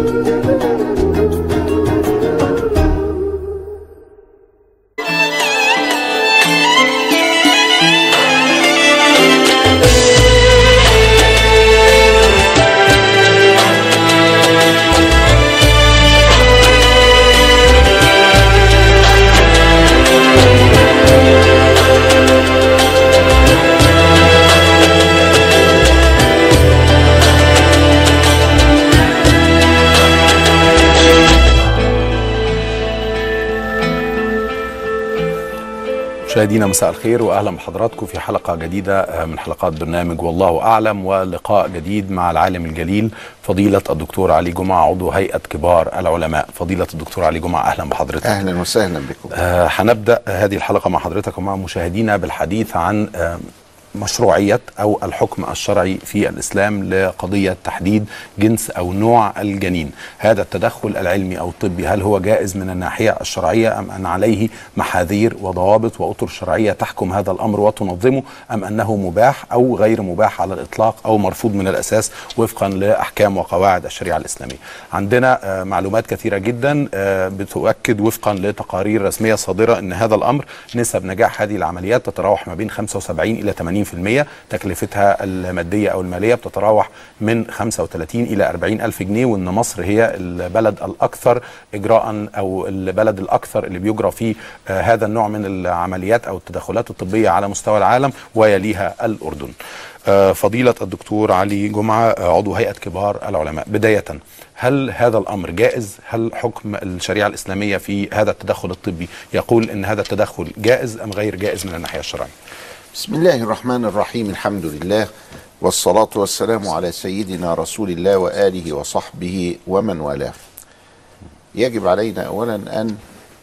مشاهدينا مساء الخير واهلا بحضراتكم في حلقه جديده من حلقات برنامج والله اعلم، ولقاء جديد مع العالم الجليل فضيله الدكتور علي جمعه عضو هيئه كبار العلماء. فضيله الدكتور علي جمعه اهلا بحضرتك. اهلا وسهلا بكم. هنبدا هذه الحلقه مع حضرتك ومع مشاهدينا بالحديث عن مشروعية أو الحكم الشرعي في الإسلام لقضية تحديد جنس أو نوع الجنين. هذا التدخل العلمي أو الطبي هل هو جائز من الناحية الشرعية أم أن عليه محاذير وضوابط وأطر شرعية تحكم هذا الأمر وتنظمه، أم أنه مباح أو غير مباح على الإطلاق أو مرفوض من الأساس وفقا لأحكام وقواعد الشريعة الإسلامية؟ عندنا معلومات كثيرة جدا بتؤكد وفقا لتقارير رسمية صادرة أن هذا الأمر نسب نجاح هذه العمليات تتراوح ما بين 75 إلى 80%. تكلفتها المادية أو المالية بتتراوح من 35 إلى 40 ألف جنيه، وأن مصر هي البلد الأكثر إجراء أو البلد الأكثر اللي بيجرى فيه هذا النوع من العمليات أو التدخلات الطبية على مستوى العالم، ويليها الأردن. فضيلة الدكتور علي جمعة عضو هيئة كبار العلماء، بداية هل هذا الأمر جائز؟ هل حكم الشريعة الإسلامية في هذا التدخل الطبي يقول أن هذا التدخل جائز أم غير جائز من الناحية الشرعية؟ بسم الله الرحمن الرحيم، الحمد لله والصلاة والسلام على سيدنا رسول الله وآله وصحبه ومن والاه. يجب علينا أولا أن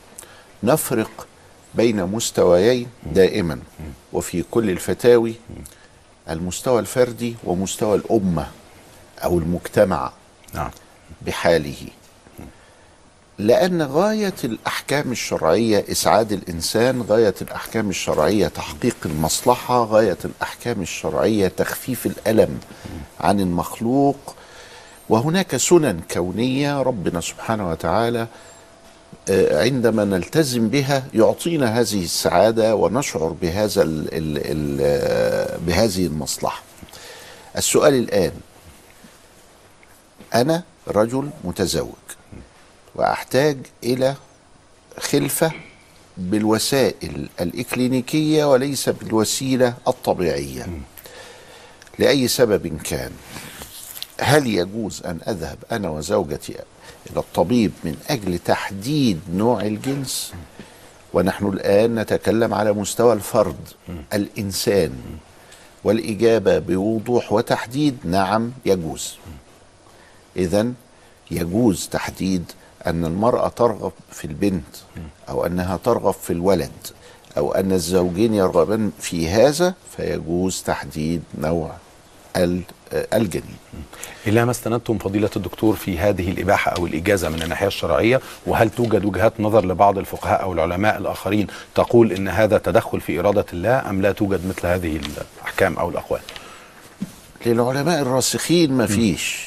نفرق بين مستويين دائما وفي كل الفتاوي، المستوى الفردي ومستوى الأمة أو المجتمع بحاله، لأن غاية الأحكام الشرعية إسعاد الإنسان، غاية الأحكام الشرعية تحقيق المصلحة، غاية الأحكام الشرعية تخفيف الألم عن المخلوق. وهناك سنن كونية ربنا سبحانه وتعالى عندما نلتزم بها يعطينا هذه السعادة ونشعر بهذه المصلحة. السؤال الآن، أنا رجل متزوج وأحتاج إلى خلفة بالوسائل الإكلينيكية وليس بالوسيلة الطبيعية لأي سبب كان، هل يجوز أن أذهب أنا وزوجتي إلى الطبيب من أجل تحديد نوع الجنس؟ ونحن الآن نتكلم على مستوى الفرد الإنسان، والإجابة بوضوح وتحديد نعم يجوز. إذن يجوز تحديد أن المرأة ترغب في البنت أو أنها ترغب في الولد أو أن الزوجين يرغبان في هذا، فيجوز تحديد نوع الجنين. إلى ما استندتم فضيلة الدكتور في هذه الإباحة أو الإجازة من الناحية الشرعية؟ وهل توجد وجهات نظر لبعض الفقهاء أو العلماء الآخرين تقول إن هذا تدخل في إرادة الله، أم لا توجد مثل هذه الأحكام أو الأقوال؟ للعلماء الراسخين ما فيش،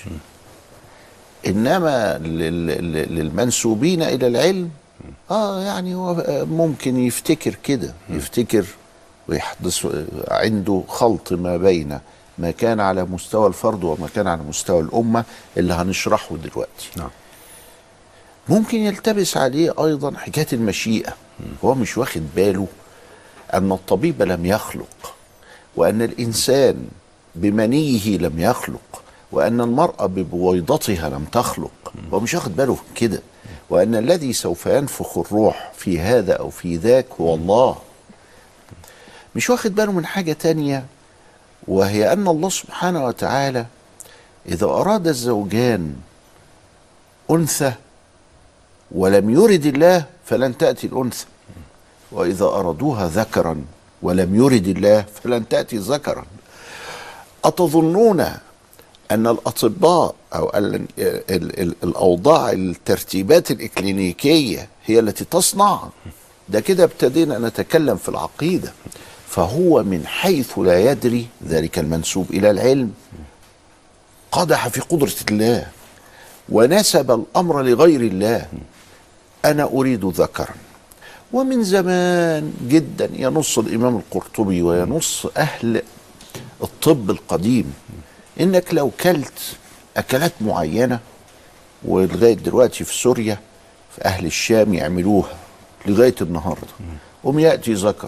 إنما للمنسوبين إلى العلم يعني هو ممكن يفتكر كده، يفتكر ويحدث عنده خلط ما بين ما كان على مستوى الفرد وما كان على مستوى الأمة اللي هنشرحه دلوقتي. ممكن يلتبس عليه أيضا حكاية المشيئة، هو مش واخد باله أن الطبيب لم يخلق، وأن الإنسان بمنيه لم يخلق، وأن المرأة ببويضتها لم تخلق. هو مش واخد باله كده، وأن الذي سوف ينفخ الروح في هذا أو في ذاك هو الله. مش واخد باله من حاجة تانية، وهي أن الله سبحانه وتعالى إذا أراد الزوجان أنثى ولم يرد الله فلن تأتي الأنثى، وإذا أرادوها ذكرا ولم يرد الله فلن تأتي ذكرا. أتظنون أن الأطباء أو الأوضاع الترتيبات الإكلينيكية هي التي تصنع؟ ده كده ابتدينا نتكلم في العقيدة. فهو من حيث لا يدري ذلك المنسوب إلى العلم قدح في قدرة الله، ونسب الأمر لغير الله، أنا أريد ذكرا. ومن زمان جدا ينص الإمام القرطبي وينص أهل الطب القديم إنك لو كلت أكلات معينة، ولغاية دلوقتي في سوريا في أهل الشام يعملوها لغاية النهاردة، يأتي ذكر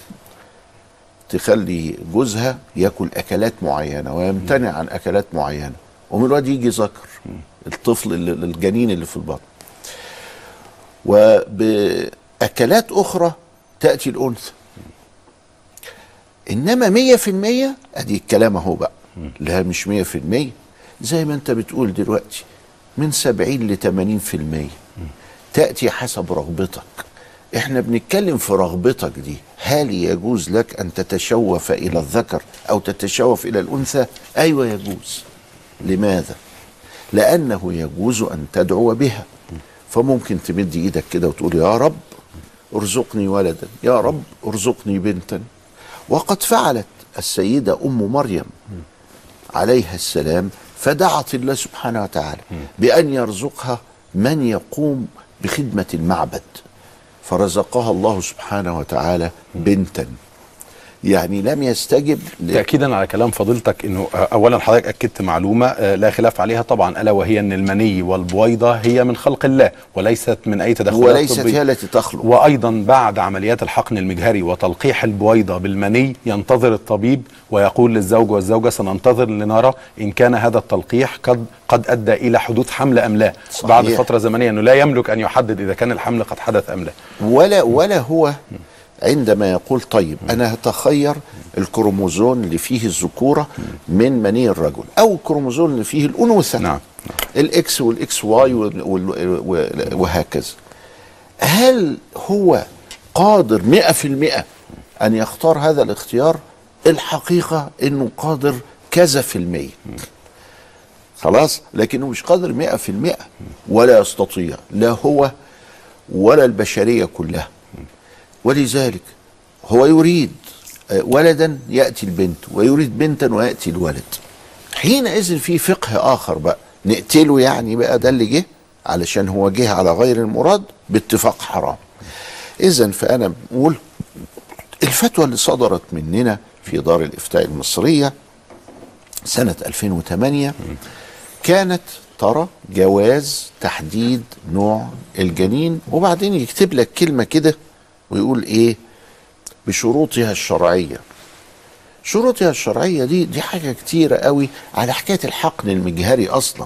تخلي جوزها يأكل أكلات معينة ويمتنع عن أكلات معينة، ومن الوقت يجي ذكر الطفل الجنين اللي في البطن، وبأكلات أخرى تأتي الأنثى. إنما 100% أدي الكلام أهو بقى، لا مش 100%، زي ما أنت بتقول دلوقتي من 70 ل 80% تأتي حسب رغبتك. احنا بنتكلم في رغبتك دي، هل يجوز لك أن تتشوف إلى الذكر أو تتشوف إلى الأنثى؟ أيوة يجوز. لماذا؟ لأنه يجوز أن تدعو بها، فممكن تمد إيدك كده وتقول يا رب ارزقني ولدا، يا رب ارزقني بنتا. وقد فعلت السيدة أم مريم عليها السلام، فدعت الله سبحانه وتعالى بأن يرزقها من يقوم بخدمة المعبد، فرزقها الله سبحانه وتعالى بنتا. يعني لم يستجب تأكيدا على كلام فضيلتك، انه اولا حضرتك اكدت معلومه لا خلاف عليها طبعا، الا وهي ان المني والبويضه هي من خلق الله وليست من اي تدخلات وليست هي التي تخلق. وايضا بعد عمليات الحقن المجهري وتلقيح البويضه بالمني ينتظر الطبيب ويقول للزوج والزوجه سننتظر لنرى ان كان هذا التلقيح قد ادى الى حدوث حمل ام لا. صحيح. بعد فتره زمنيه، انه لا يملك ان يحدد اذا كان الحمل قد حدث ام لا. ولا هو عندما يقول طيب أنا هتخير الكروموزوم اللي فيه الذكورة من مني الرجل أو الكروموزوم اللي فيه الأنوثة، نعم. الإكس والإكس واي وهكذا، هل هو قادر 100% أن يختار هذا الاختيار؟ الحقيقة أنه قادر كذا في المية، خلاص، لكنه مش قادر 100%، ولا يستطيع، لا هو ولا البشرية كلها. ولذلك هو يريد ولدا يأتي البنت، ويريد بنتا ويأتي الولد. حينئذ في فقه آخر بقى نقتله، يعني بقى ده اللي جه علشان هو جه على غير المراد باتفاق حرام. إذن فأنا بقول الفتوى اللي صدرت مننا في دار الإفتاء المصرية سنة 2008 كانت ترى جواز تحديد نوع الجنين، وبعدين يكتب لك كلمة كده ويقول ايه؟ بشروطها الشرعية. شروطها الشرعية دي حاجة كتيرة قوي على حكاية الحقن المجهري أصلا،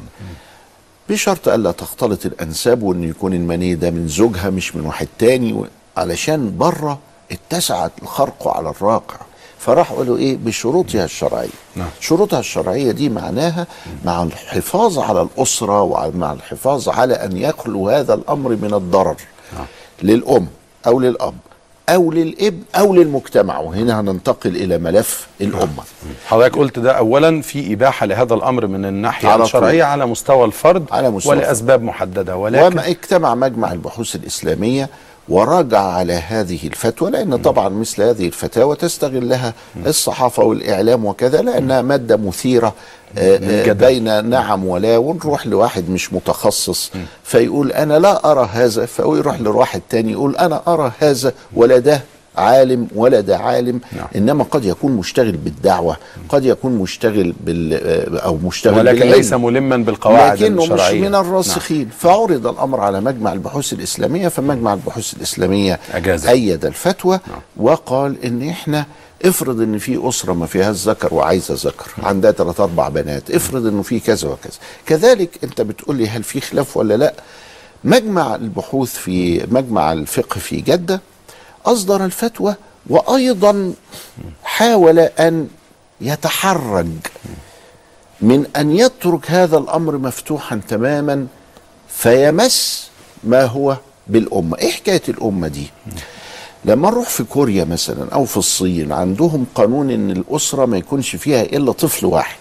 بشرط ألا تختلط الأنساب، وأن يكون المني ده من زوجها مش من واحد تاني، علشان بره اتسعت الخرق على الراقع، فراح قالوا ايه؟ بشروطها الشرعية. شروطها الشرعية دي معناها مع الحفاظ على الأسرة ومع الحفاظ على أن يخلو هذا الأمر من الضرر للأم أو للأب أو للابن أو للمجتمع. وهنا هننتقل إلى ملف الأمة. حضرتك قلت ده أولا في إباحة لهذا الأمر من الناحية الشرعية على مستوى الفرد ولأسباب محددة، ولكن وما اجتمع مجمع البحوث الإسلامية وراجع على هذه الفتوى، لأن طبعا مثل هذه الفتاوى تستغلها الصحافة والإعلام وكذا، لأنها مادة مثيرة بين نعم ولا، ونروح لواحد مش متخصص فيقول أنا لا أرى هذا، فيروح لواحد تاني يقول أنا أرى هذا، ولا ده عالم ولا ده عالم. إنما قد يكون مشتغل بالدعوة، قد يكون مشتغل أو مشتغل ولكن بالعلم، ليس ملما بالقواعد لكنه الشرعية، مش من الراسخين. فعرض الأمر على مجمع البحوث الإسلامية، فمجمع البحوث الإسلامية أيد الفتوى وقال إن إحنا افرض ان في اسره ما فيهاش ذكر وعايزه ذكر، عندها 3 4 بنات، افرض انه في كذا وكذا. كذلك انت بتقول لي هل في خلاف ولا لا؟ مجمع البحوث في مجمع الفقه في جده اصدر الفتوى، وايضا حاول ان يتحرج من ان يترك هذا الامر مفتوحا تماما فيمس ما هو بالامه. ايه حكايه الامه دي؟ لما نروح في كوريا مثلا او في الصين، عندهم قانون ان الاسره ما يكونش فيها الا طفل واحد،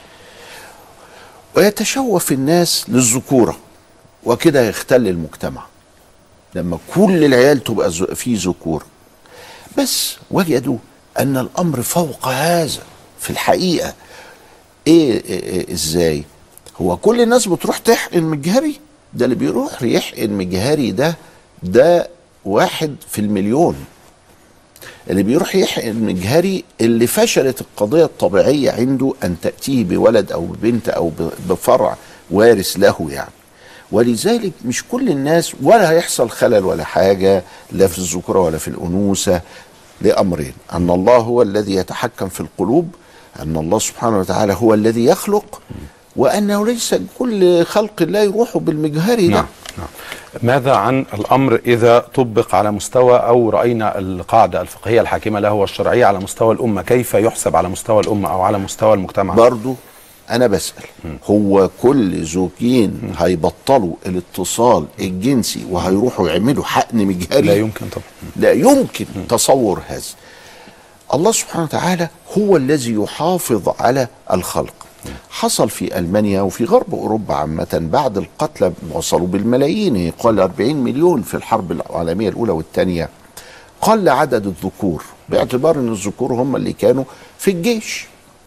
ويتشوف الناس للذكوره، وكده يختل المجتمع لما كل العيال تبقى في ذكور. بس وجدوا ان الامر فوق هذا في الحقيقه. إيه ازاي؟ هو كل الناس بتروح تحقن مجهري؟ ده اللي بيروح يحقن مجهري ده 1 في المليون. اللي بيروح يحقن مجهري اللي فشلت القضية الطبيعية عنده أن تأتيه بولد أو ببنت أو بفرع وارث له يعني. ولذلك مش كل الناس، ولا هيحصل خلل ولا حاجة لا في الذكورة ولا في الأنوثة، لأمرين: أن الله هو الذي يتحكم في القلوب، أن الله سبحانه وتعالى هو الذي يخلق، وأنه ليس كل خلق الله يروحوا بالمجهري ده. نعم. ماذا عن الأمر إذا طبق على مستوى، أو رأينا القاعدة الفقهية الحاكمة له والشرعية على مستوى الأمة، كيف يحسب على مستوى الأمة أو على مستوى المجتمع؟ برضو أنا بسأل، هو كل زوجين هيبطلوا الاتصال الجنسي وهيروحوا يعملوا حقن مجهري؟ لا يمكن طبعا. لا يمكن تصور هذا. الله سبحانه وتعالى هو الذي يحافظ على الخلق. حصل في ألمانيا وفي غرب أوروبا عامة بعد القتلى وصلوا بالملايين، يقال 40 مليون في الحرب العالمية الأولى والثانية، قل عدد الذكور باعتبار أن الذكور هم اللي كانوا في الجيش.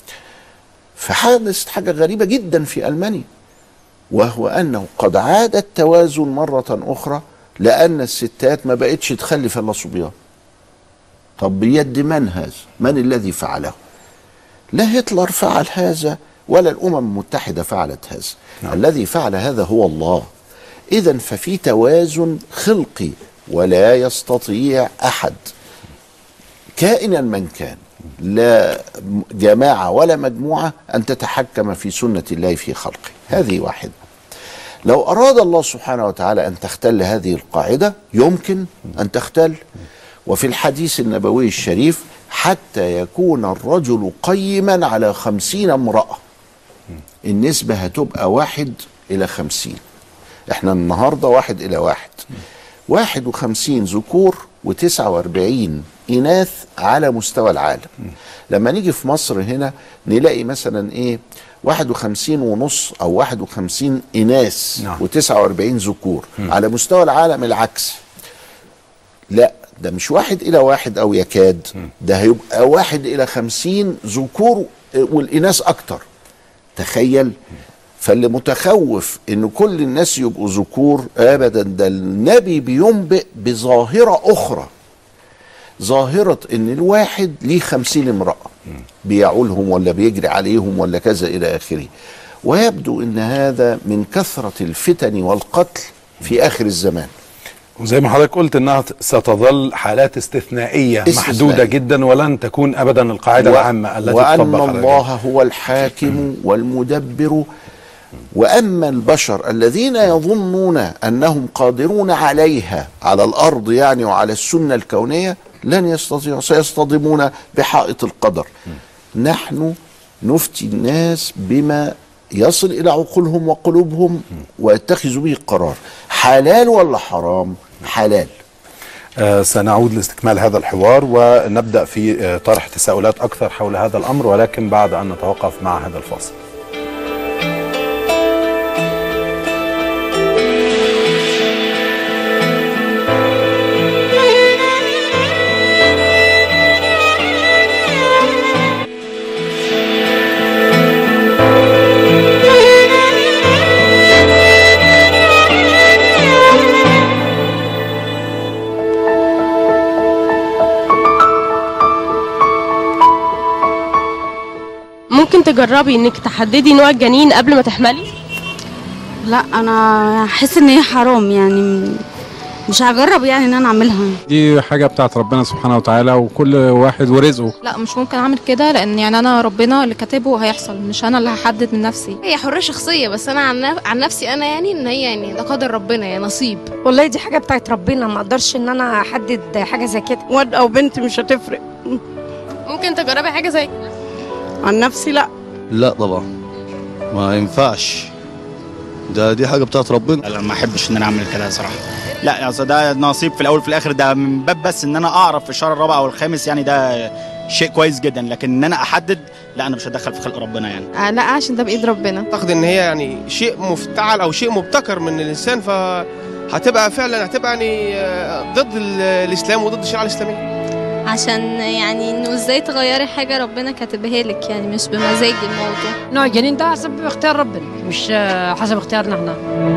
فحدثت حاجة غريبة جدا في ألمانيا، وهو أنه قد عاد التوازن مرة أخرى، لأن الستات ما بقتش تخلف إلا صبيان. طب بيد من هذا؟ من الذي فعله؟ لا هتلر فعل هذا ولا الأمم المتحدة فعلت هذا. نعم. الذي فعل هذا هو الله. إذن ففي توازن خلقي، ولا يستطيع أحد كائنا من كان، لا جماعة ولا مجموعة، أن تتحكم في سنة الله في خلقه. هذه واحدة. لو أراد الله سبحانه وتعالى أن تختل هذه القاعدة يمكن أن تختل. وفي الحديث النبوي الشريف: حتى يكون الرجل قيما على 50 امرأة. النسبة هتبقى 1:50. احنا النهاردة 1:1. 51 ذكور و49 إناث على مستوى العالم. لما نيجي في مصر هنا نلاقي مثلا ايه 51.5 أو 51 إناث. نعم. و49 ذكور. على مستوى العالم العكس. لا، ده مش 1:1 أو يكاد، ده هيبقى 1:50 ذكور والإناث أكتر. تخيل. فاللي متخوف إن كل الناس يبقوا ذكور، أبدا، ده النبي بينبئ بظاهرة أخرى، ظاهرة إن الواحد ليه 50 امرأة بيعولهم ولا بيجري عليهم ولا كذا إلى آخره. ويبدو إن هذا من كثرة الفتن والقتل في آخر الزمان. وزي ما حضرتك قلت انها ستظل حالات استثنائية محدودة جدا، ولن تكون ابدا القاعدة العامة التي تطبق على وأن الله هو الحاكم والمدبر. وأما البشر الذين يظنون أنهم قادرون عليها على الأرض يعني وعلى السنة الكونية لن يستطيعوا، سيصطدمون بحائط القدر. نحن نفتي الناس بما يصل إلى عقولهم وقلوبهم ويتخذوا به قرار. حلال ولا حرام؟ حلال. سنعود لاستكمال هذا الحوار ونبدأ في طرح تساؤلات أكثر حول هذا الأمر، ولكن بعد أن نتوقف مع هذا الفاصل. ممكن تجربي انك تحددي نوع الجنين قبل ما تحملي؟ لا، انا احس ان هي حرام، يعني مش هجرب يعني ان انا اعملها. دي حاجه بتاعت ربنا سبحانه وتعالى، وكل واحد ورزقه. لا، مش ممكن اعمل كده، لان يعني انا ربنا اللي كاتبه هيحصل، مش انا اللي هحدد من نفسي. هي حريه شخصيه، بس انا عن نفسي انا يعني ان هي يعني ده قدر ربنا، يعني نصيب. والله دي حاجه بتاعت ربنا، ما اقدرش ان انا احدد حاجه زي كده. ولد او بنت مش هتفرق. ممكن تجربي حاجه زي كده؟ عن نفسي لا طبعا ما ينفعش، دي حاجه بتاعت ربنا. لا، ما احبش ان انا اعمل كده صراحه. لا، اصل ده نصيب في الاول وفي الاخر، ده من باب بس ان انا اعرف في الشهر الرابع او الخامس، يعني ده شيء كويس جدا، لكن ان انا احدد لا، انا مش هتدخل في خلق ربنا يعني. لا، عشان ده بايد ربنا. اعتقد ان هي يعني شيء مفتعل او شيء مبتكر من الانسان، فهتبقى فعلا يعني ضد الاسلام وضد الشريعه الاسلاميه. عشان يعني انه ازاي تغيري حاجة ربنا كاتبها لك، يعني مش بمزاج الموضوع. نوع الجنين ده حسب اختيار ربنا، مش حسب اختيارنا احنا.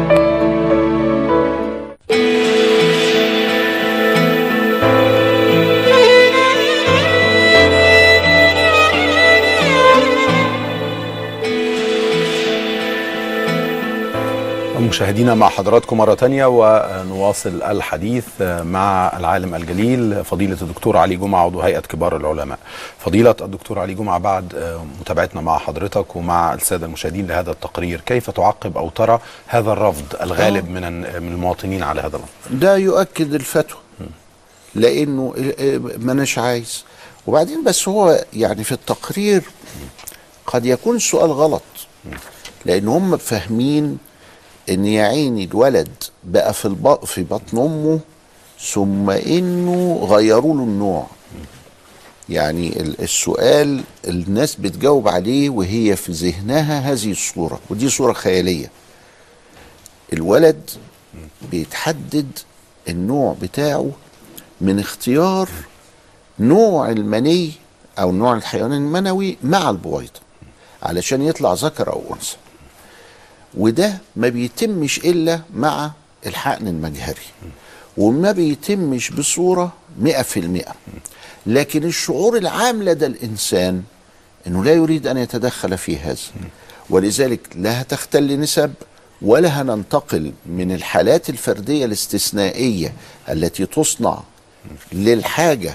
مشاهدينا مع حضراتكم مرة تانية، ونواصل الحديث مع العالم الجليل فضيلة الدكتور علي جمعة عضو هيئة كبار العلماء. فضيلة الدكتور علي جمعة، بعد متابعتنا مع حضرتك ومع السادة المشاهدين لهذا التقرير، كيف تعقب أو ترى هذا الرفض الغالب من المواطنين على هذا الأمر؟ ده يؤكد الفتوى، لأنه ما أناش عايز. وبعدين بس هو يعني في التقرير قد يكون السؤال غلط، لأن هم فاهمين ان يا عيني الولد بقى في بطن امه ثم انه غيروا له النوع. يعني السؤال الناس بتجاوب عليه وهي في ذهنها هذه الصورة، ودي صورة خيالية. الولد بيتحدد النوع بتاعه من اختيار نوع المني او نوع الحيوان المنوي مع البويضة علشان يطلع ذكر او انثى، وده ما بيتمش إلا مع الحقن المجهري، وما بيتمش بصورة 100%. لكن الشعور العام لدى الإنسان أنه لا يريد أن يتدخل في هذا، ولذلك لا هتختل نسب ولا هننتقل من الحالات الفردية الاستثنائية التي تصنع للحاجة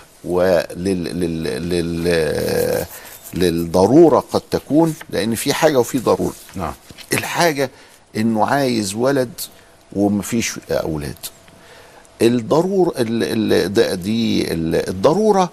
للضرورة قد تكون، لأن في حاجة وفي ضرورة. نعم. الحاجة انه عايز ولد ومفيش اولاد. الضرورة الضرورة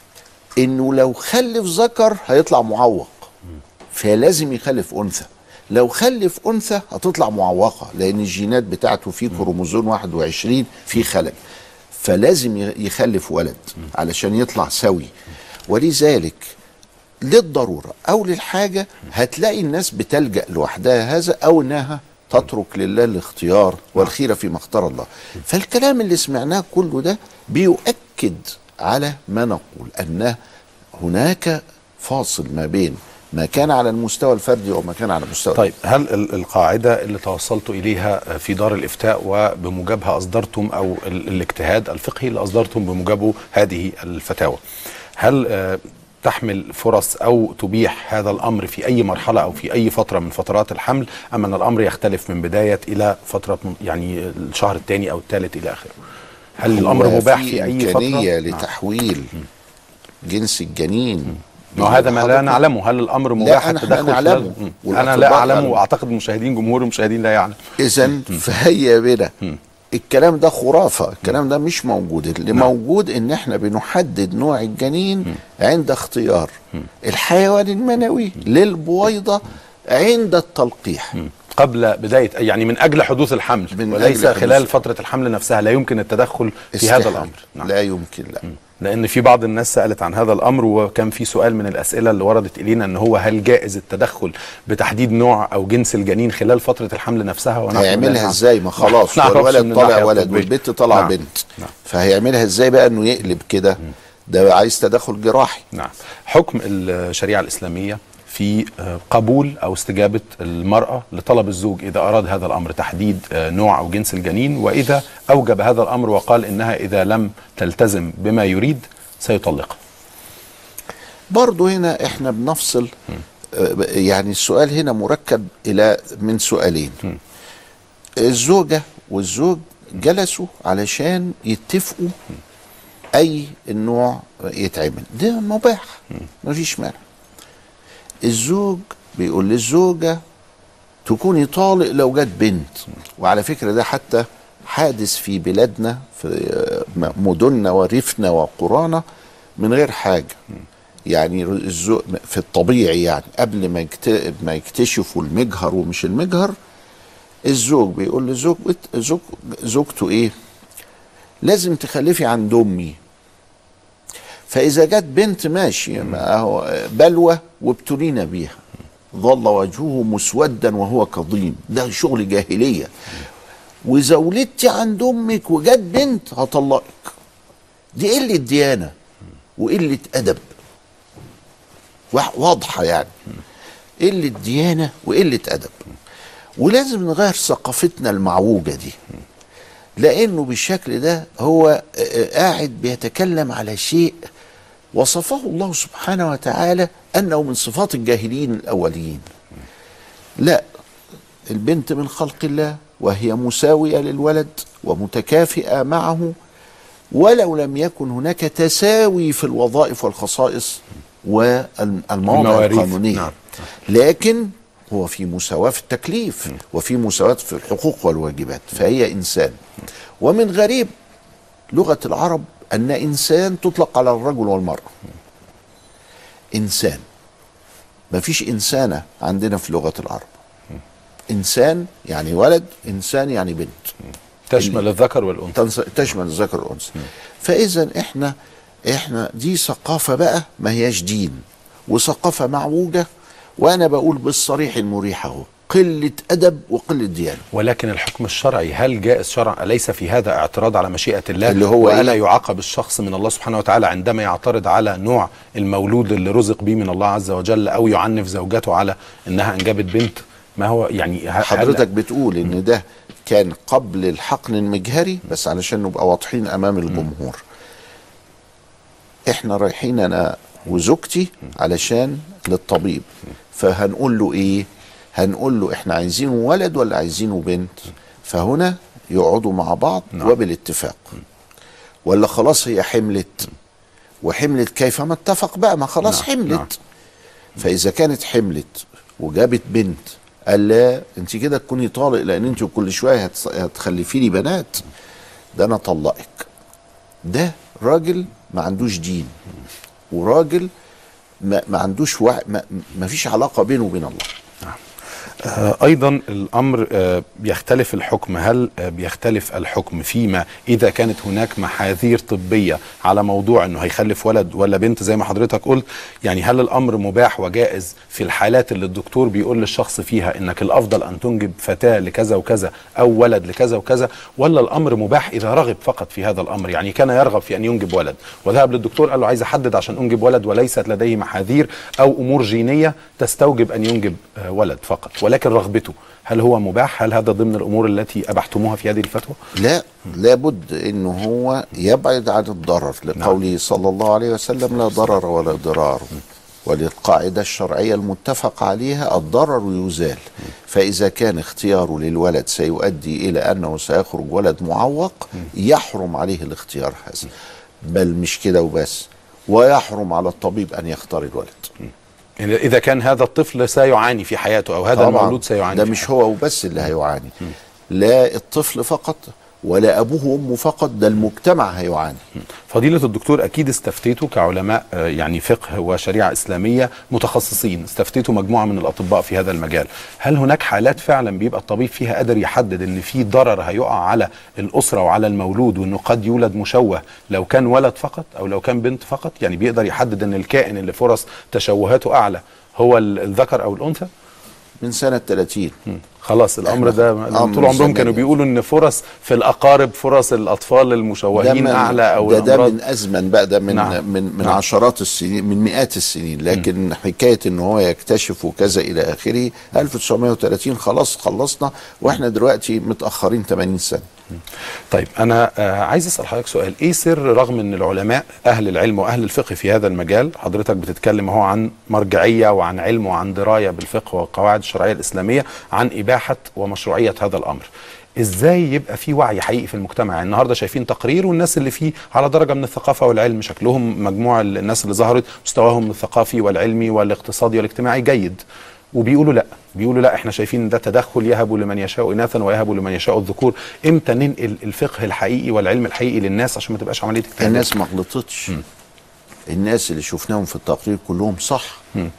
انه لو خلف ذكر هيطلع معوق، فلازم يخلف انثى. لو خلف انثى هتطلع معوقة، لان الجينات بتاعته في كروموزوم 21 في خلل، فلازم يخلف ولد علشان يطلع سوي. ولذلك للضرورة أو للحاجة هتلاقي الناس بتلجأ لوحدها هذا، أو أنها تترك لله الاختيار والخيرة فيما اختار الله. فالكلام اللي سمعناه كله ده بيؤكد على ما نقول، أن هناك فاصل ما بين ما كان على المستوى الفردي وما كان على المستوى. طيب، هل القاعدة اللي توصلتوا إليها في دار الإفتاء وبموجبها أصدرتم، أو الاجتهاد الفقهي اللي أصدرتم بموجبه هذه الفتاوى، هل تحمل فرص أو تبيح هذا الأمر في أي مرحلة أو في أي فترة من فترات الحمل، أم أن الأمر يختلف من بداية إلى فترة يعني الشهر الثاني أو الثالث إلى آخره؟ هل الأمر مباح في أي فترة؟ إمكانية لتحويل جنس الجنين؟ هذا ما لا نعلمه. هل الأمر مباح التدخل؟ أنا لا أعلمه، وأعتقد المشاهدين جمهور المشاهدين لا يعلم. إذن فهيا بنا الكلام ده خرافة، الكلام ده مش موجود. اللي موجود ان احنا بنحدد نوع الجنين عند اختيار الحيوان المنوي للبويضة عند التلقيح قبل بداية، يعني من أجل حدوث الحمل، وليس خلال فترة الحمل نفسها. لا يمكن التدخل في هذا الأمر. نعم. لا يمكن، لا. لأن في بعض الناس سألت عن هذا الأمر، وكان في سؤال من الأسئلة اللي وردت إلينا أن هو هل جائز التدخل بتحديد نوع أو جنس الجنين خلال فترة الحمل نفسها؟ هيعملها إزاي؟ ما خلاص الولد طلع ولد والبنت طلع بنت. فهيعملها إزاي بقى أنه يقلب كده؟ ده عايز تدخل جراحي. نعم. حكم الشريعة الإسلامية في قبول أو استجابة المرأة لطلب الزوج إذا أراد هذا الأمر تحديد نوع أو جنس الجنين، وإذا أوجب هذا الأمر وقال إنها إذا لم تلتزم بما يريد سيطلقها. برضو هنا إحنا بنفصل، يعني السؤال هنا مركب من سؤالين. الزوجة والزوج جلسوا علشان يتفقوا أي النوع يتعمل، ده مباح مفيش مانع. الزوج بيقول للزوجة تكوني طالق لو جت بنت، وعلى فكرة ده حتى حادث في بلادنا في مدننا وريفنا وقرانا من غير حاجة. يعني الزوج في الطبيعي، يعني قبل ما يكتشفوا المجهر ومش المجهر، الزوج بيقول لزوجته ايه؟ لازم تخلفي عند امي. فإذا جت بنت ماشي، بلوى وابتلينا بيها، ظل وجهه مسودا وهو كظيم، ده شغل جاهلية. وإذا ولدتي عند أمك وجت بنت هطلقك، دي قلة ديانة. وقله ادب واضحه، يعني قله ديانه وقله ادب. ولازم نغير ثقافتنا المعوجه دي، لانه بالشكل ده هو قاعد بيتكلم على شيء وصفه الله سبحانه وتعالى انه من صفات الجاهلين الاولين. لا، البنت من خلق الله وهي مساويه للولد ومتكافئه معه، ولو لم يكن هناك تساوي في الوظائف والخصائص والمواضع القانونيه. نعم. لكن هو في مساواة في التكليف وفي مساواة في الحقوق والواجبات، فهي إنسان. ومن غريب لغة العرب أن إنسان تطلق على الرجل والمرأة. إنسان، ما فيش إنسانة عندنا في لغة العرب. إنسان يعني ولد، إنسان يعني بنت، تشمل الذكر والأنثى. تشمل الذكر والأنثى. فإذا إحنا دي ثقافة بقى ما هياش دين، وثقافة معوجة، وأنا بقول بالصريح المريح أهو، قلة أدب وقلة ديانة. ولكن الحكم الشرعي هل جائز شرعا؟ أليس في هذا اعتراض على مشيئة الله؟ اللي هو وألا يعاقب الشخص من الله سبحانه وتعالى عندما يعترض على نوع المولود اللي رزق به من الله عز وجل، أو يعنف زوجته على أنها أنجبت بنت؟ ما هو يعني حضرتك بتقول إن ده كان قبل الحقن المجهري، بس علشان نبقى واضحين أمام الجمهور. إحنا رايحين أنا وزوجتي علشان للطبيب، فهنقول له ايه؟ هنقول له احنا عايزينه ولد ولا عايزينه بنت؟ فهنا يقعدوا مع بعض وبالاتفاق، ولا خلاص هي حملت وحملت كيفما اتفق بقى، ما خلاص حملت. فاذا كانت حملت وجابت بنت، قال لا انت كده تكوني طالق، لان انت كل شويه هتخلفي لي بنات، ده انا طلقك. ده راجل ما عندوش دين، وراجل ما عندوش ما فيش علاقة بينه وبين الله. أيضا الأمر بيختلف الحكم. هل بيختلف الحكم فيما إذا كانت هناك محاذير طبية على موضوع أنه هيخلف ولد ولا بنت زي ما حضرتك قلت؟ يعني هل الأمر مباح وجائز في الحالات اللي الدكتور بيقول للشخص فيها أنك الأفضل أن تنجب فتاة لكذا وكذا أو ولد لكذا وكذا، ولا الأمر مباح إذا رغب فقط في هذا الأمر؟ يعني كان يرغب في أن ينجب ولد وذهب للدكتور قال له عايز أحدد عشان أنجب ولد، وليست لديه محاذير أو أمور جينية تستوجب أن ينجب ولد فقط، ولكن رغبته، هل هو مباح؟ هل هذا ضمن الأمور التي أبحتموها في هذه الفتوى؟ لا، لابد أنه هو يبعد عن الضرر، لقوله صلى الله عليه وسلم لا ضرر ولا ضرار، وللقاعدة الشرعية المتفق عليها الضرر يزال. فإذا كان اختياره للولد سيؤدي إلى أنه سيخرج ولد معوق، يحرم عليه الاختيار هذا. بل مش كده وبس، ويحرم على الطبيب أن يختار الولد. إذا كان هذا الطفل سيعاني في حياته أو هذا المولود سيعاني، ده مش هو وبس اللي هيعاني، لا الطفل فقط ولا أبوه وأمه فقط، ده المجتمع هيعاني. فضيلة الدكتور، أكيد استفتيتوا كعلماء يعني فقه وشريعة إسلامية متخصصين، استفتيتوا مجموعة من الأطباء في هذا المجال، هل هناك حالات فعلا بيبقى الطبيب فيها قادر يحدد إن في ضرر هيقع على الأسرة وعلى المولود، وإنه قد يولد مشوه لو كان ولد فقط أو لو كان بنت فقط؟ يعني بيقدر يحدد إن الكائن اللي فرص تشوهاته أعلى هو الذكر أو الأنثى؟ من سنة 30 خلاص الامر ده طول عمرهم كانوا بيقولوا ان فرص في الاقارب، فرص الاطفال المشوهين اعلى، او ده من ازمن بقى، ده من عشرات السنين، من مئات السنين، لكن حكايه ان هو يكتشف وكذا الى اخره 1930 خلاص خلصنا، واحنا دلوقتي متاخرين 80 سنه. طيب انا عايز اسال حضرتك سؤال، ايه سر رغم ان العلماء اهل العلم واهل الفقه في هذا المجال، حضرتك بتتكلم اهو عن مرجعيه وعن علم وعن درايه بالفقه والقواعد الشرعيه الاسلاميه، عن اباحه ومشروعيه هذا الامر، ازاي يبقى في وعي حقيقي في المجتمع؟ يعني النهارده شايفين تقرير والناس اللي فيه على درجه من الثقافه والعلم، شكلهم مجموعه الناس اللي ظهرت مستواهم الثقافي والعلمي والاقتصادي والاجتماعي جيد، وبيقولوا لا احنا شايفين ان ده تدخل يهب لمن يشاء اناثا ويهب لمن يشاء الذكور. امتى ننقل الفقه الحقيقي والعلم الحقيقي للناس عشان ما تبقاش عمليه اجتهاد؟ الناس ما غلطتش، الناس اللي شفناهم في التقرير كلهم صح.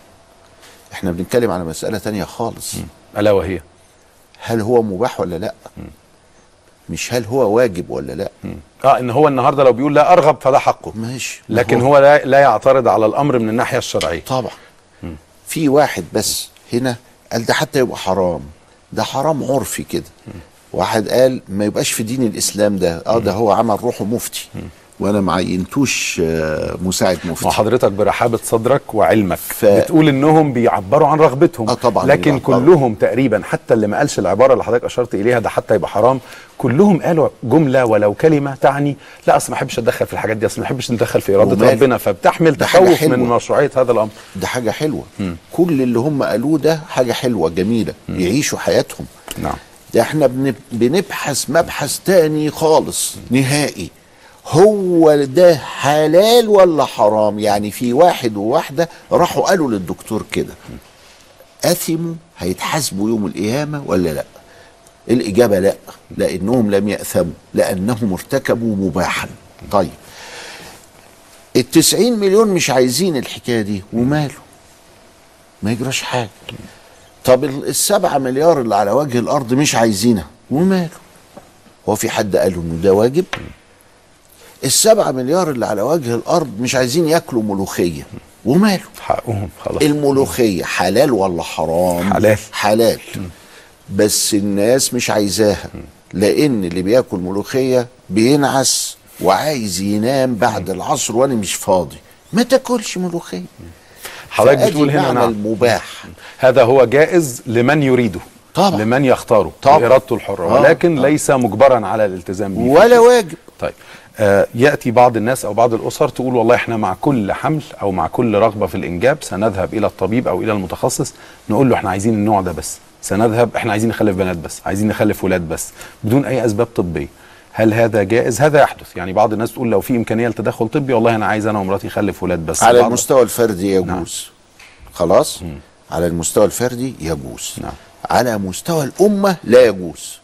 احنا بنتكلم على مساله تانية خالص، الا وهي هل هو مباح ولا لا؟ مش هل هو واجب ولا لا؟ ان هو النهارده لو بيقول لا ارغب فده حقه، ماشي، لكن هو لا يعترض على الامر من الناحيه الشرعيه. طبعا. في واحد بس هنا قال ده حتى يبقى حرام، ده حرام عرفي كده. واحد قال ما يبقاش في دين الاسلام ده، ده هو عمل روحه مفتي، وانا ما عينتوش مساعد مفتي. وحضرتك برحابه صدرك وعلمك بتقول انهم بيعبروا عن رغبتهم. طبعا، لكن كلهم تقريبا، حتى اللي ما قالش العباره اللي حضرتك اشرت اليها ده حتى يبقى حرام، كلهم قالوا جمله ولو كلمه تعني لا اصل ما احبش اتدخل في الحاجات دي، اصل ما احبش نتدخل في اراده ربنا، فبتحمل تخوف من مشروعيه هذا الامر. ده حاجه حلوه. كل اللي هم قالوه ده حاجه حلوه جميله. يعيشوا حياتهم. نعم. ده احنا بنبحث مبحث تاني خالص نهائي، هو ده حلال ولا حرام؟ يعني في واحد وواحده راحوا قالوا للدكتور كده، اثموا هيتحاسبوا يوم القيامه ولا لا؟ الاجابه لا، لانهم لم ياثموا لانهم ارتكبوا مباحا. طيب ال90 مليون مش عايزين الحكايه دي، وماله؟ ما يجراش حاجه. طب ال7 مليار اللي على وجه الارض مش عايزينها، وماله؟ هو في حد قال انه ده واجب؟ ال7 مليار اللي على وجه الارض مش عايزين ياكلوا ملوخيه، وماله؟ حقهم خلاص. الملوخيه حلال ولا حرام؟ حلال. حلال. بس الناس مش عايزاها، لان اللي بياكل ملوخيه بينعس وعايز ينام بعد العصر، وانا مش فاضي. ما تاكلش ملوخيه. حضرتك بتقول هنا نعم المباح هذا هو جائز لمن يريده طبعا، لمن يختاره طبعا بإرادته الحرة، ولكن ليس مجبرا على الالتزام به ولا واجب. طيب يأتي بعض الناس أو بعض الأسر تقول والله احنا مع كل حمل أو مع كل رغبة في الإنجاب سنذهب إلى الطبيب أو إلى المتخصص نقول له احنا عايزين النوع ده بس، سنذهب احنا عايزين نخلف بنات بس، عايزين نخلف ولاد بس، بدون أي أسباب طبية. هل هذا جائز؟ هذا يحدث، يعني بعض الناس تقول لو في إمكانية لتدخل طبي والله أنا عايز أنا ومراتي نخلف ولاد بس. على المستوى الفردي يجوز. نعم. خلاص. على المستوى الفردي يجوز. نعم. على مستوى الأمة لا يجوز.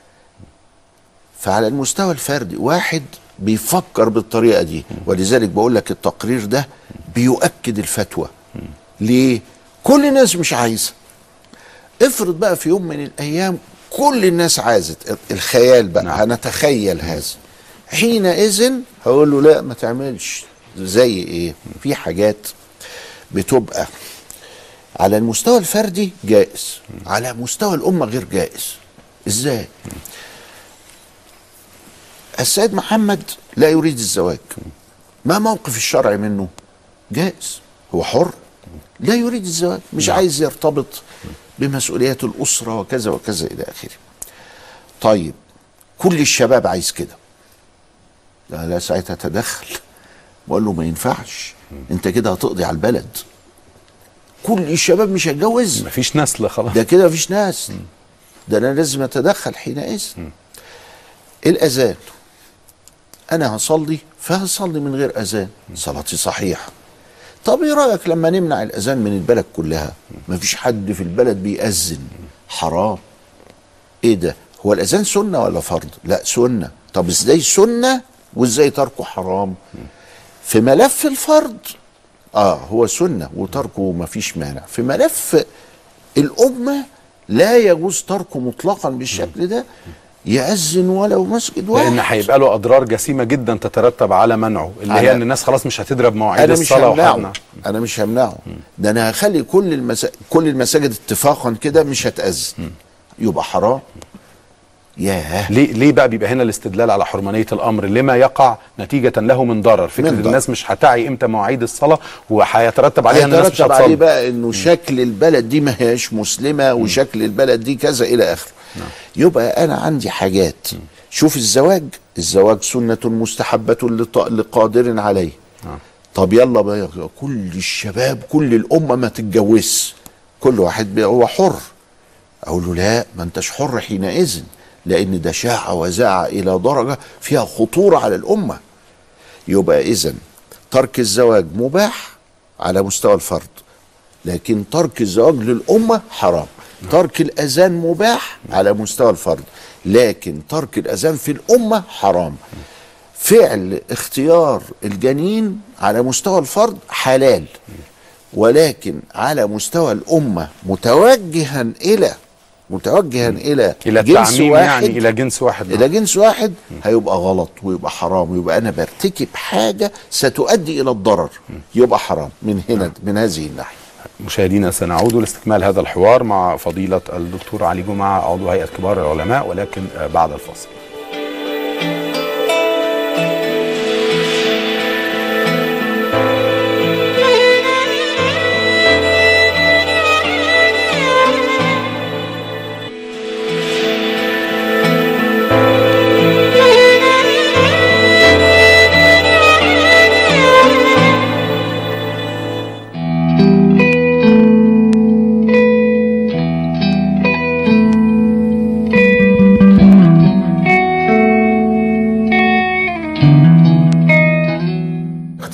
فعلى المستوى الفردي واحد بيفكر بالطريقة دي، ولذلك بقول لك التقرير ده بيؤكد الفتوى. ليه؟ كل الناس مش عايزة. افرض بقى في يوم من الأيام كل الناس عايزت، الخيال بقى. نعم. هنتخيل هذا، حينئذ هقول له لا ما تعملش. زي ايه؟ في حاجات بتبقى على المستوى الفردي جائز، على مستوى الأمة غير جائز. ازاي؟ السيد محمد لا يريد الزواج، ما موقف الشرع منه؟ جائز، هو حر، لا يريد الزواج، مش عايز يرتبط بمسؤوليات الأسرة وكذا وكذا إلى آخره. طيب كل الشباب عايز كده، لا ساعتها تدخل وقال له ما ينفعش، انت كده هتقضي على البلد. كل الشباب مش هيتجوز، مفيش نسل خلاص، ده كده مفيش ناس، ده انا لازم اتدخل حينئذ. الاذان، انا هصلي فهصلي من غير اذان، صلاتي صحيحه. طب ايه رايك لما نمنع الاذان من البلد كلها؟ مفيش حد في البلد بيأذن، حرام. ايه ده؟ هو الاذان سنه ولا فرض؟ لا سنه. طب ازاي سنه وازاي تركه حرام؟ في ملف الفرض هو سنه وتركه مفيش مانع، في ملف الامه لا يجوز تركه مطلقا بالشكل ده، يأذن ولو مسجد واحد، لان هيبقى له اضرار جسيمه جدا تترتب على منعه، اللي هي ان الناس خلاص مش هتضرب مواعيد الصلاه. انا مش همنعه، ده انا هخلي كل المساجد اتفاقا كده مش هتأذن، يبقى حرام. ياه، ليه بقى بيبقى هنا الاستدلال على حرمانيه الامر لما يقع نتيجه له من ضرر؟ فكره الناس مش هتعي امتى مواعيد الصلاه وهيترتب عليها ان الناس مش هتصلي. عليه بقى انه شكل البلد دي ما هياش مسلمه وشكل البلد دي كذا الى اخره. يبقى انا عندي حاجات. شوف الزواج سنه مستحبه لقادر عليه. طب يلا بقى كل الشباب كل الامه ما تتجوزش، كل واحد هو حر. اقول له لا، ما انتش حر حينئذ، لأن ده شاع وزاع إلى درجة فيها خطورة على الأمة. يبقى إذن ترك الزواج مباح على مستوى الفرد، لكن ترك الزواج للأمة حرام. ترك الأذان مباح على مستوى الفرد، لكن ترك الأذان في الأمة حرام. فعل اختيار الجنين على مستوى الفرد حلال، ولكن على مستوى الأمة متوجها إلى جنس واحد، يعني إلى جنس واحد، إلى جنس واحد، هيبقى غلط ويبقى حرام، ويبقى أنا برتكب حاجة ستؤدي إلى الضرر، يبقى حرام من هنا من هذه الناحية. مشاهدينا سنعود لاستكمال هذا الحوار مع فضيلة الدكتور علي جمعة عضو هيئة كبار العلماء، ولكن بعد الفاصل.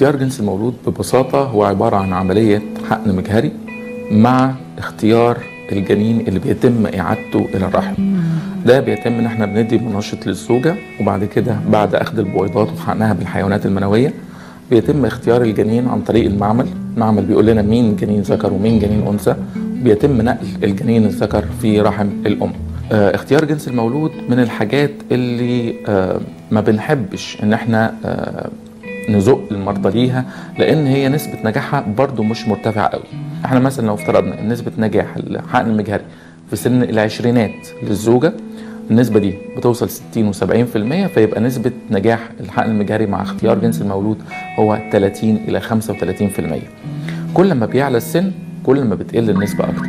اختيار جنس المولود ببساطة هو عبارة عن عملية حقن مجهري مع اختيار الجنين اللي بيتم إعادته إلى الرحم. ده بيتم إن احنا بندي منشط للزوجة، وبعد كده بعد أخذ البويضات وحقنها بالحيوانات المنوية بيتم اختيار الجنين عن طريق المعمل. المعمل بيقول لنا مين جنين ذكر ومين جنين أنثى، بيتم نقل الجنين الذكر في رحم الأم. اختيار جنس المولود من الحاجات اللي ما بنحبش ان احنا نزق المرضى ليها، لان هي نسبة نجاحها برضو مش مرتفعة قوي. احنا مثلا لو افترضنا ان نسبة نجاح الحقن المجهري في سن العشرينات للزوجة النسبة دي بتوصل 60 و70%، فيبقى نسبة نجاح الحقن المجهري مع اختيار جنس المولود هو 30 إلى 35%. كل ما بيعلى السن كل ما بتقل النسبة أكتر.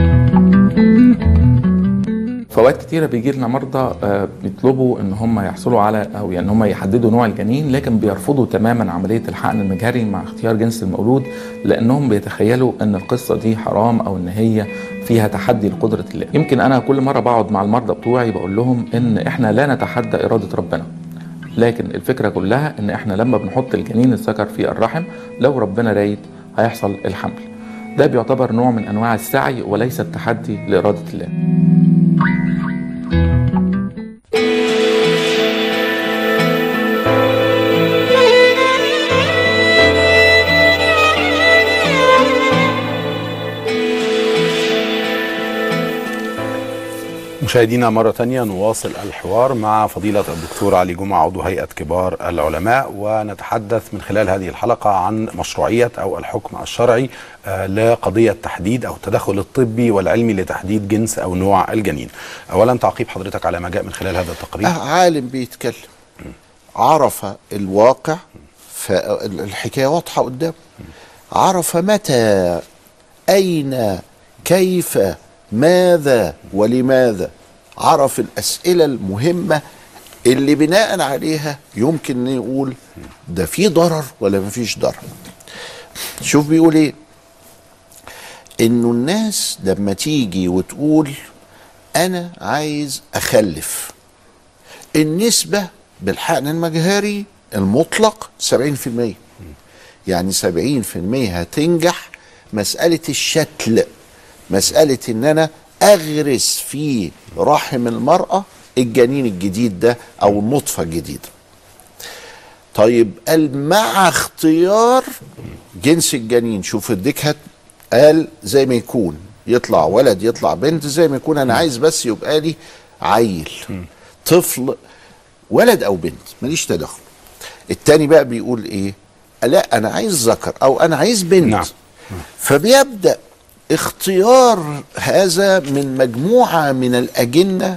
فوقت كتيرة بيجي لنا مرضى بيطلبوا ان هم يحصلوا على او يعني هم يحددوا نوع الجنين، لكن بيرفضوا تماما عملية الحقن المجهري مع اختيار جنس المولود، لانهم بيتخيلوا ان القصة دي حرام او ان هي فيها تحدي لقدرة الله. يمكن انا كل مرة بقعد مع المرضى بتوعي بقول لهم ان احنا لا نتحدى إرادة ربنا، لكن الفكرة كلها ان احنا لما بنحط الجنين الذكر في الرحم لو ربنا رايد هيحصل الحمل. ده بيعتبر نوع من انواع السعي وليس التحدي لإرادة الله. مشاهدينا مرة تانية نواصل الحوار مع فضيلة الدكتور علي جمعة عضو هيئة كبار العلماء، ونتحدث من خلال هذه الحلقة عن مشروعية أو الحكم الشرعي لقضية تحديد أو التدخل الطبي والعلمي لتحديد جنس أو نوع الجنين. أولا تعقيب حضرتك على ما جاء من خلال هذا التقرير. عالم بيتكلم عرف الواقع، فالحكاية واضحة قدامه، عرف متى أين كيف ماذا ولماذا، عرف الأسئلة المهمة اللي بناء عليها يمكن نقول ده في ضرر ولا مفيش ضرر. شوف بيقول ايه، انه الناس لما تيجي وتقول انا عايز اخلف، النسبة بالحقن المجهري المطلق 70%، يعني 70% هتنجح. مسألة الشتل، مسألة ان انا اغرس في رحم المرأة الجنين الجديد ده او النطفة الجديدة. طيب قال مع اختيار جنس الجنين، شوف الدكهة قال زي ما يكون يطلع ولد يطلع بنت، زي ما يكون انا عايز بس يبقى لي عيل طفل ولد او بنت ماليش تدخل. التاني بقى بيقول ايه، لا انا عايز ذكر او انا عايز بنت. نعم. فبيبدأ اختيار هذا من مجموعة من الأجنة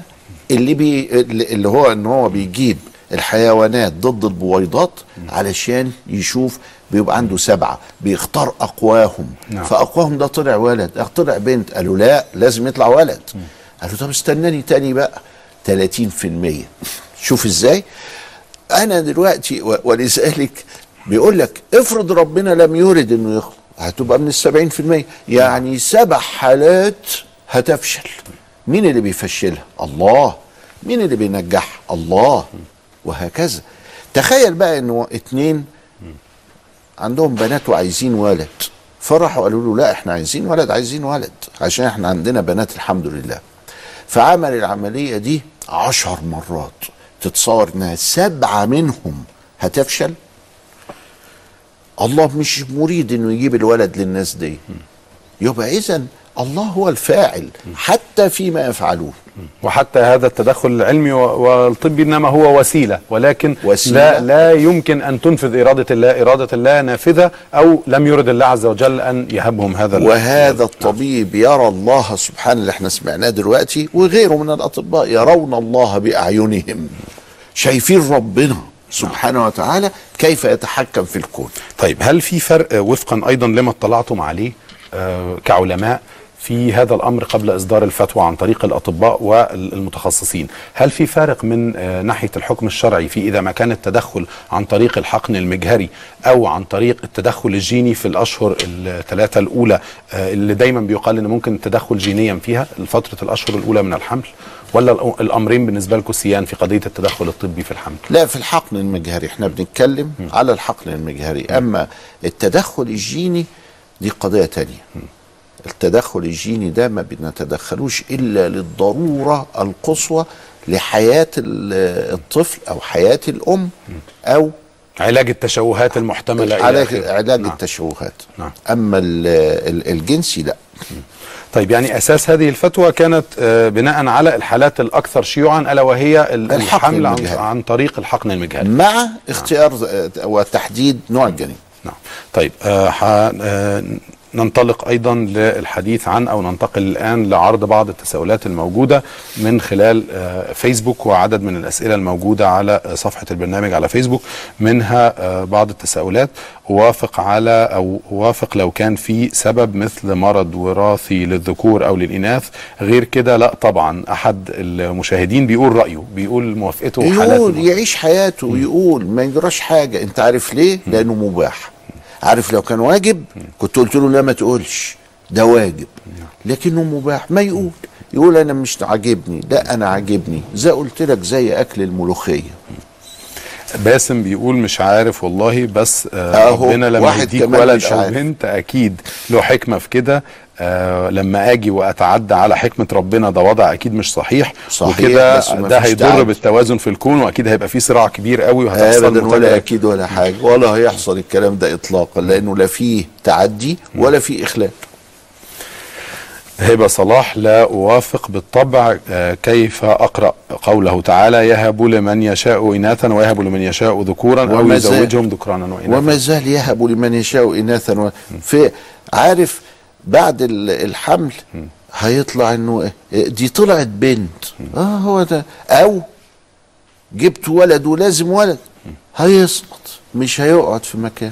اللي هو ان هو بيجيب الحيوانات ضد البويضات علشان يشوف، بيبقى عنده 7 بيختار أقواهم. نعم. فأقواهم ده طلع ولد طلع بنت، قالوا لا لازم يطلع ولد. قالوا طب استناني تاني بقى 30%. شوف ازاي انا دلوقتي، ولذلك بيقول لك افرض ربنا لم يرد انه يخلق، هتبقى من 70%، يعني 7 حالات هتفشل. مين اللي بيفشلها؟ الله. مين اللي بينجحها؟ الله. وهكذا. تخيل بقى انه 2 عندهم بنات وعايزين ولد، فرحوا قالوا له لا احنا عايزين ولد، عايزين ولد عشان احنا عندنا بنات الحمد لله. فعمل العملية دي 10 مرات، تتصور انها 7 منهم هتفشل. الله مش مريد انه يجيب الولد للناس دي. يبقى اذن الله هو الفاعل حتى فيما يفعلون. وحتى هذا التدخل العلمي والطبي انما هو وسيله، ولكن وسيلة. لا يمكن ان تنفذ اراده الله. اراده الله نافذه، او لم يرد الله عز وجل ان يهبهم هذا. وهذا الطبيب يرى الله سبحانه اللي احنا سمعناه دلوقتي، وغيره من الاطباء يرون الله باعينهم، شايفين ربنا سبحانه وتعالى كيف يتحكم في الكون. طيب هل في فرق وفقا ايضا لما اطلعتم عليه كعلماء في هذا الأمر قبل إصدار الفتوى عن طريق الأطباء والمتخصصين. هل في فارق من ناحية الحكم الشرعي في إذا ما كان التدخل عن طريق الحقن المجهري أو عن طريق التدخل الجيني في الأشهر الثلاثة الأولى اللي دايما بيقال إن ممكن التدخل جينيا فيها فترة الأشهر الأولى من الحمل، ولا الأمرين بالنسبة لكم سيان في قضية التدخل الطبي في الحمل؟ لا، في الحقن المجهري احنا بنتكلم على الحقن المجهري. أما التدخل الجيني دي قضية تانية. التدخل الجيني ده ما بنتدخلوش إلا للضرورة القصوى لحياة الطفل أو حياة الأم أو علاج التشوهات المحتملة علاج التشوهات. أما الجنسي لا. طيب، يعني أساس هذه الفتوى كانت بناء على الحالات الأكثر شيوعا ألا وهي الحمل عن طريق الحقن المجهري مع اختيار وتحديد نوع الجنين. نعم. طيب، ننطلق أيضا للحديث عن أو ننتقل الآن لعرض بعض التساؤلات الموجودة من خلال فيسبوك وعدد من الأسئلة الموجودة على صفحة البرنامج على فيسبوك. منها بعض التساؤلات أوافق لو كان في سبب مثل مرض وراثي للذكور أو للإناث، غير كده لا طبعا. أحد المشاهدين بيقول رأيه، بيقول موافقته وحالاته، يقول يعيش حياته ويقول ما يجراش حاجة. أنت عارف ليه؟ لأنه مباح. عارف لو كان واجب كنت قلت له لا ما تقولش ده واجب، لكنه مباح. ما يقول انا مش عاجبني، لا انا عاجبني، زي قلت لك زي اكل الملوخيه. باسم بيقول مش عارف والله، بس ربنا لما يديك ولد او بنت اكيد له حكمه في كده. لما اجي واتعدى على حكمه ربنا ده وضع اكيد مش صحيح وكده، ده هيضر بالتوازن في الكون، واكيد هيبقى فيه صراع كبير قوي وهتحصل ولا اكيد ولا حاجه ولا هيحصل الكلام ده اطلاقا، لانه لا فيه تعدي ولا فيه اخلاق. هبة صلاح: لا أوافق بالطبع. كيف أقرأ قوله تعالى يهب لمن يشاء إناثا ويهب لمن يشاء ذكورا أو يزوجهم ذكرانا وإناثا؟ وما زال يهب لمن يشاء إناثا عارف بعد الحمل هيطلع إنه دي طلعت بنت، هو ده، أو جبت ولد ولازم ولد، هيسقط مش هيقعد في مكان.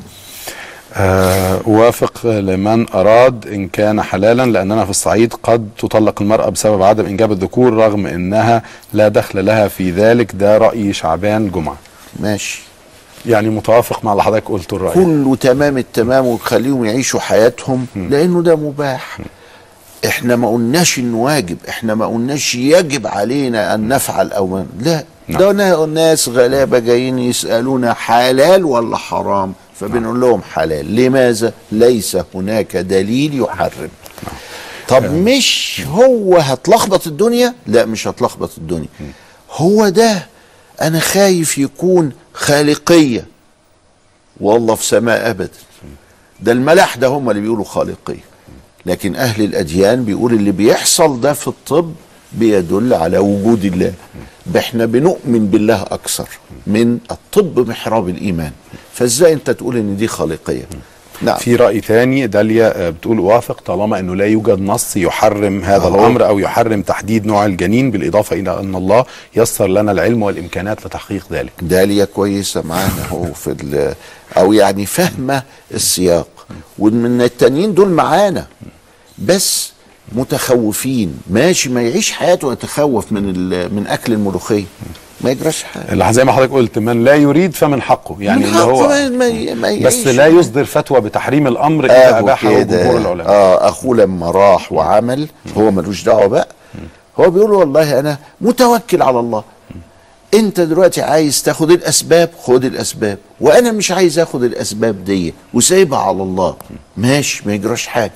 وافق لمن أراد إن كان حلالا، لأننا في الصعيد قد تطلق المرأة بسبب عدم إنجاب الذكور رغم أنها لا دخل لها في ذلك. ده رأي شعبان جمعة. ماشي، يعني متوافق مع اللي حضرتك قلته الرأي كله تمام التمام، وخليهم يعيشوا حياتهم لأنه ده مباح. احنا ما قلناش انه واجب، احنا ما قلناش يجب علينا ان نفعل او ما لا. ده ناس غلابة جايين يسألونا حلال ولا حرام، فبنقول لهم حلال. لماذا؟ ليس هناك دليل يحرم. طب مش هو هتلخبط الدنيا؟ لا مش هتلخبط الدنيا. هو ده انا خايف يكون خالقية، والله في سماء ابدا. ده الملاحدة هم اللي بيقولوا خالقية، لكن اهل الاديان بيقول اللي بيحصل ده في الطب بيدل على وجود الله. احنا بنؤمن بالله اكثر من الطب محراب الايمان، فازاي انت تقول ان دي خالقيه؟ نعم. في رأي ثاني داليا بتقول وافق طالما انه لا يوجد نص يحرم هذا الامر او يحرم تحديد نوع الجنين، بالاضافه الى ان الله يسر لنا العلم والامكانات لتحقيق ذلك. داليا كويسه معانا اهو في او يعني فاهمه السياق، ومن التانيين دول معانا بس متخوفين. ماشي، ما يعيش حياته يتخوف من اكل الملوخيه، ما يجراش حاجه. اللي زي ما حضرتك قلت من لا يريد فمن حقه، يعني اللي هو ما بس لا يصدر فتوى بتحريم الامر اذا اباحه جمهور العلماء. اخوه لما راح وعمل هو ملوش دعوه بقى، هو بيقول والله انا متوكل على الله. انت دلوقتي عايز تاخد الاسباب، خد الاسباب، وانا مش عايز اخد الاسباب دي وسايبها على الله، ماشي ما يجراش حاجه.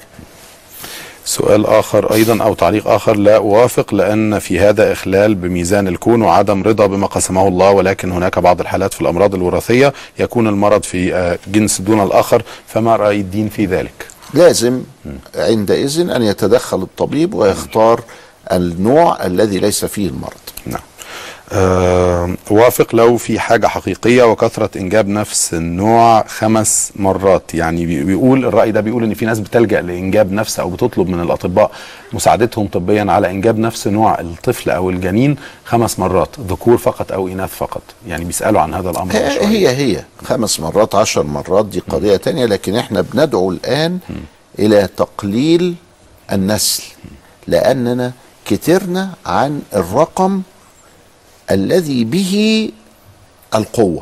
سؤال آخر أيضا أو تعليق آخر: لا أوافق لأن في هذا إخلال بميزان الكون وعدم رضا بما قسمه الله، ولكن هناك بعض الحالات في الأمراض الوراثية يكون المرض في جنس دون الآخر، فما رأي الدين في ذلك؟ لازم عندئذ أن يتدخل الطبيب ويختار النوع الذي ليس فيه المرض. نعم. وافق لو في حاجة حقيقية وكثرة إنجاب نفس النوع 5 مرات. يعني بيقول الرأي ده بيقول إن في ناس بتلجأ لإنجاب نفس أو بتطلب من الأطباء مساعدتهم طبيا على إنجاب نفس نوع الطفل أو الجنين 5 مرات، ذكور فقط أو إناث فقط. يعني بيسألوا عن هذا الأمر. هي 5 مرات 10 مرات دي قضية تانية، لكن احنا بندعو الآن إلى تقليل النسل، لأننا كترنا عن الرقم الذي به القوة.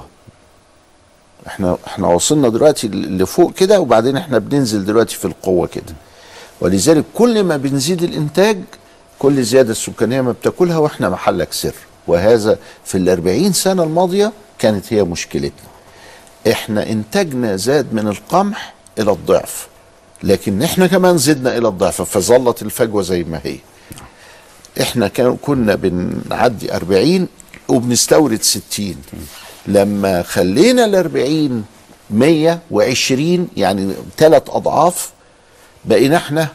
احنا وصلنا دلوقتي لفوق كده، وبعدين احنا بننزل دلوقتي في القوة كده. ولذلك كل ما بنزيد الانتاج كل زيادة السكانية ما بتاكلها، واحنا محلك سر. وهذا في ال40 سنة الماضية كانت هي مشكلتنا. احنا انتاجنا زاد من القمح الى الضعف، لكن احنا كمان زدنا الى الضعف، فظلت الفجوة زي ما هي. احنا كنا بنعدي 40 وبنستورد 60. لما خلينا ال40 120 يعني 3 أضعاف، بقينا احنا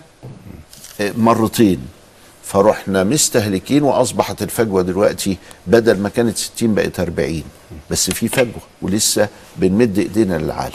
مرتين، فرحنا مستهلكين، واصبحت الفجوه دلوقتي بدل ما كانت 60 بقت 40. بس في فجوه ولسه بنمد ايدينا للعالم.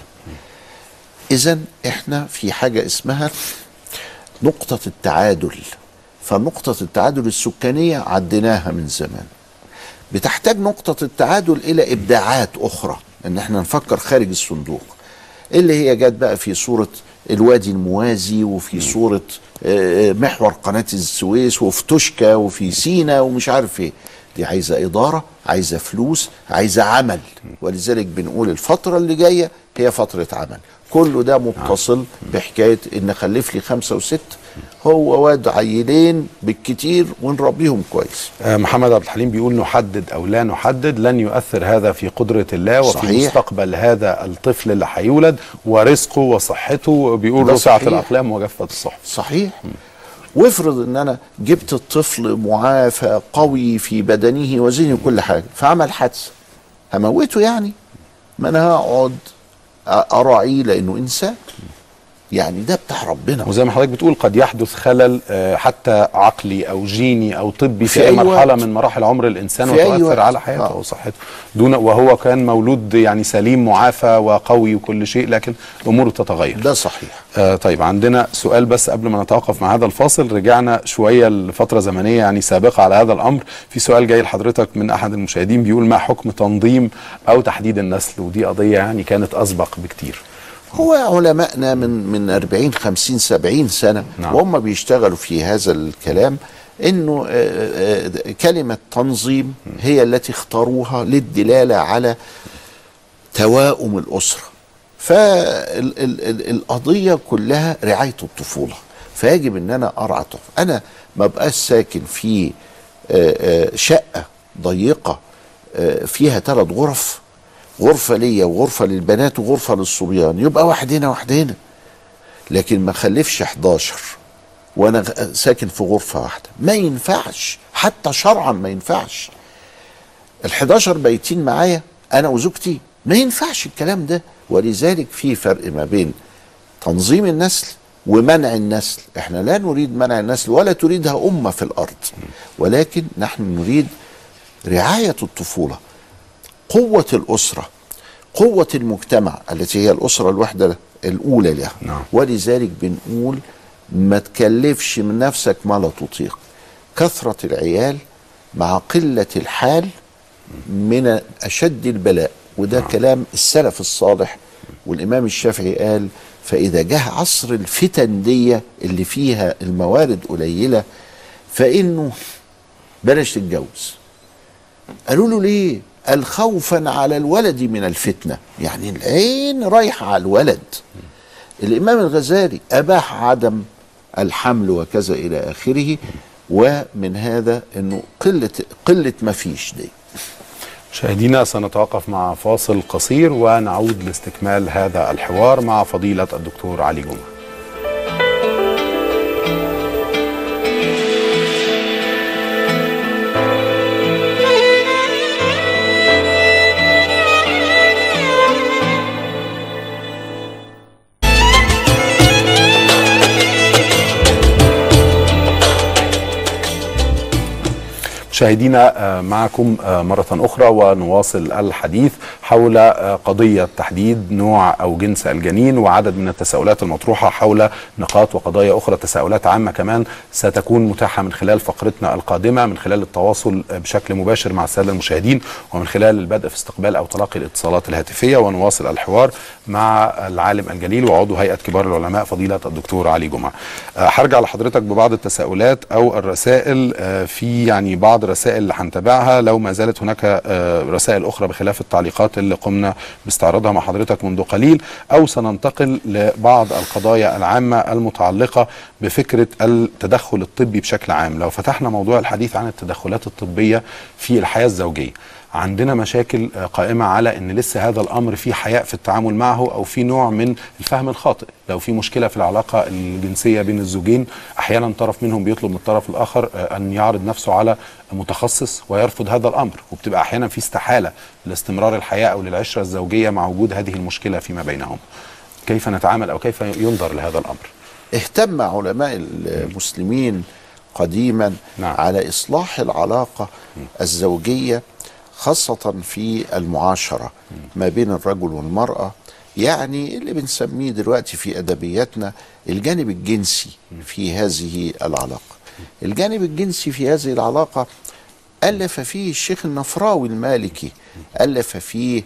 اذا احنا في حاجه اسمها نقطه التعادل. فنقطه التعادل السكانيه عديناها من زمان. بتحتاج نقطه التعادل الى ابداعات اخرى، ان احنا نفكر خارج الصندوق، اللي هي جت بقى في صوره الوادي الموازي، وفي صورة محور قناة السويس، وفي توشكا، وفي سينا، ومش عارف ايه. دي عايزة إدارة، عايزة فلوس، عايزة عمل. ولذلك بنقول الفترة اللي جاية هي فترة عمل. كله ده متصل بحكاية إن خلف لي 5 و6، هو واد عيلين بالكتير ونربيهم كويس. محمد عبد الحليم بيقول نحدد أو لا نحدد لن يؤثر هذا في قدرة الله وفي صحيح. مستقبل هذا الطفل اللي هيولد ورزقه وصحته. بيقول رفعت الأقلام وجفت الصحف. صحيح. وافرض ان انا جبت الطفل معافى قوي في بدنه وذهنه وكل حاجه، فعمل حادثه، هموته يعني؟ ما انا هقعد اراعيه لانه انسان. يعني ده بتاع ربنا. وزي ما حضرتك بتقول قد يحدث خلل حتى عقلي او جيني او طبي في اي مرحله من مراحل عمر الانسان، وتؤثر على حياته وصحته دون وهو كان مولود يعني سليم معافى وقوي وكل شيء، لكن اموره تتغير. ده صحيح. طيب عندنا سؤال بس قبل ما نتوقف مع هذا الفاصل. رجعنا شويه لفتره زمنيه يعني سابقه على هذا الامر. في سؤال جاي لحضرتك من احد المشاهدين بيقول ما حكم تنظيم او تحديد النسل؟ ودي قضيه يعني كانت اسبق بكتير. هو علمائنا من 40 50 70 سنة وهم بيشتغلوا في هذا الكلام، انه كلمة تنظيم هي التي اختاروها للدلالة على توائم الأسرة. فالقضية كلها رعاية الطفولة، فيجب ان انا ارعى الطفل. انا ما بقاش ساكن في شقة ضيقة فيها 3 غرف، غرفة ليا وغرفة للبنات وغرفة للصبيان، يبقى واحد هنا واحد هنا. لكن ما خلفش 11 وانا ساكن في غرفة واحدة، ما ينفعش، حتى شرعا ما ينفعش. ال11 بايتين معايا انا وزوجتي، ما ينفعش الكلام ده. ولذلك في فرق ما بين تنظيم النسل ومنع النسل. احنا لا نريد منع النسل ولا تريدها أمة في الأرض، ولكن نحن نريد رعاية الطفولة، قوة الأسرة، قوة المجتمع التي هي الأسرة الوحدة الأولى لها. ولذلك بنقول ما تكلفش من نفسك ما لا تطيق. كثرة العيال مع قلة الحال من أشد البلاء، وده كلام السلف الصالح. والإمام الشافعي قال فإذا جه عصر الفتن دي اللي فيها الموارد قليلة فإنه بلاش تتجوز. قالوا له ليه؟ قال خوفا على الولد من الفتنة، يعني العين رايحة على الولد. الإمام الغزالي أباح عدم الحمل وكذا إلى آخره، ومن هذا أنه قلة ما فيش دي. مشاهدينا سنتوقف مع فاصل قصير ونعود لاستكمال هذا الحوار مع فضيلة الدكتور علي جمعة. مشاهدينا معكم مرة أخرى ونواصل الحديث حول قضية تحديد نوع أو جنس الجنين، وعدد من التساؤلات المطروحة حول نقاط وقضايا أخرى، تساؤلات عامة كمان ستكون متاحة من خلال فقرتنا القادمة، من خلال التواصل بشكل مباشر مع السادة المشاهدين، ومن خلال البدء في استقبال أو تلقي الاتصالات الهاتفية، ونواصل الحوار مع العالم الجليل وعضو هيئة كبار العلماء فضيلة الدكتور علي جمعة. هرجع لحضرتك ببعض التساؤلات أو الرسائل، في يعني بعض الرسائل اللي هنتابعها، لو ما زالت هناك رسائل أخرى بخلاف التعليقات اللي قمنا باستعراضها مع حضرتك منذ قليل، أو سننتقل لبعض القضايا العامة المتعلقة بفكرة التدخل الطبي بشكل عام. لو فتحنا موضوع الحديث عن التدخلات الطبية في الحياة الزوجية، عندنا مشاكل قائمة على أن لسه هذا الأمر فيه حياء في التعامل معه، أو في نوع من الفهم الخاطئ. لو في مشكلة في العلاقة الجنسية بين الزوجين، أحيانا طرف منهم بيطلب من الطرف الآخر أن يعرض نفسه على متخصص ويرفض هذا الأمر، وبتبقى أحيانا في استحالة لاستمرار الحياة أو للعشرة الزوجية مع وجود هذه المشكلة فيما بينهم. كيف نتعامل أو كيف ينظر لهذا الأمر؟ اهتم علماء المسلمين قديما على إصلاح العلاقة الزوجية، خاصة في المعاشرة ما بين الرجل والمرأة، يعني اللي بنسميه دلوقتي في أدبياتنا الجانب الجنسي في هذه العلاقة. الجانب الجنسي في هذه العلاقة ألف فيه الشيخ النفراوي المالكي، ألف فيه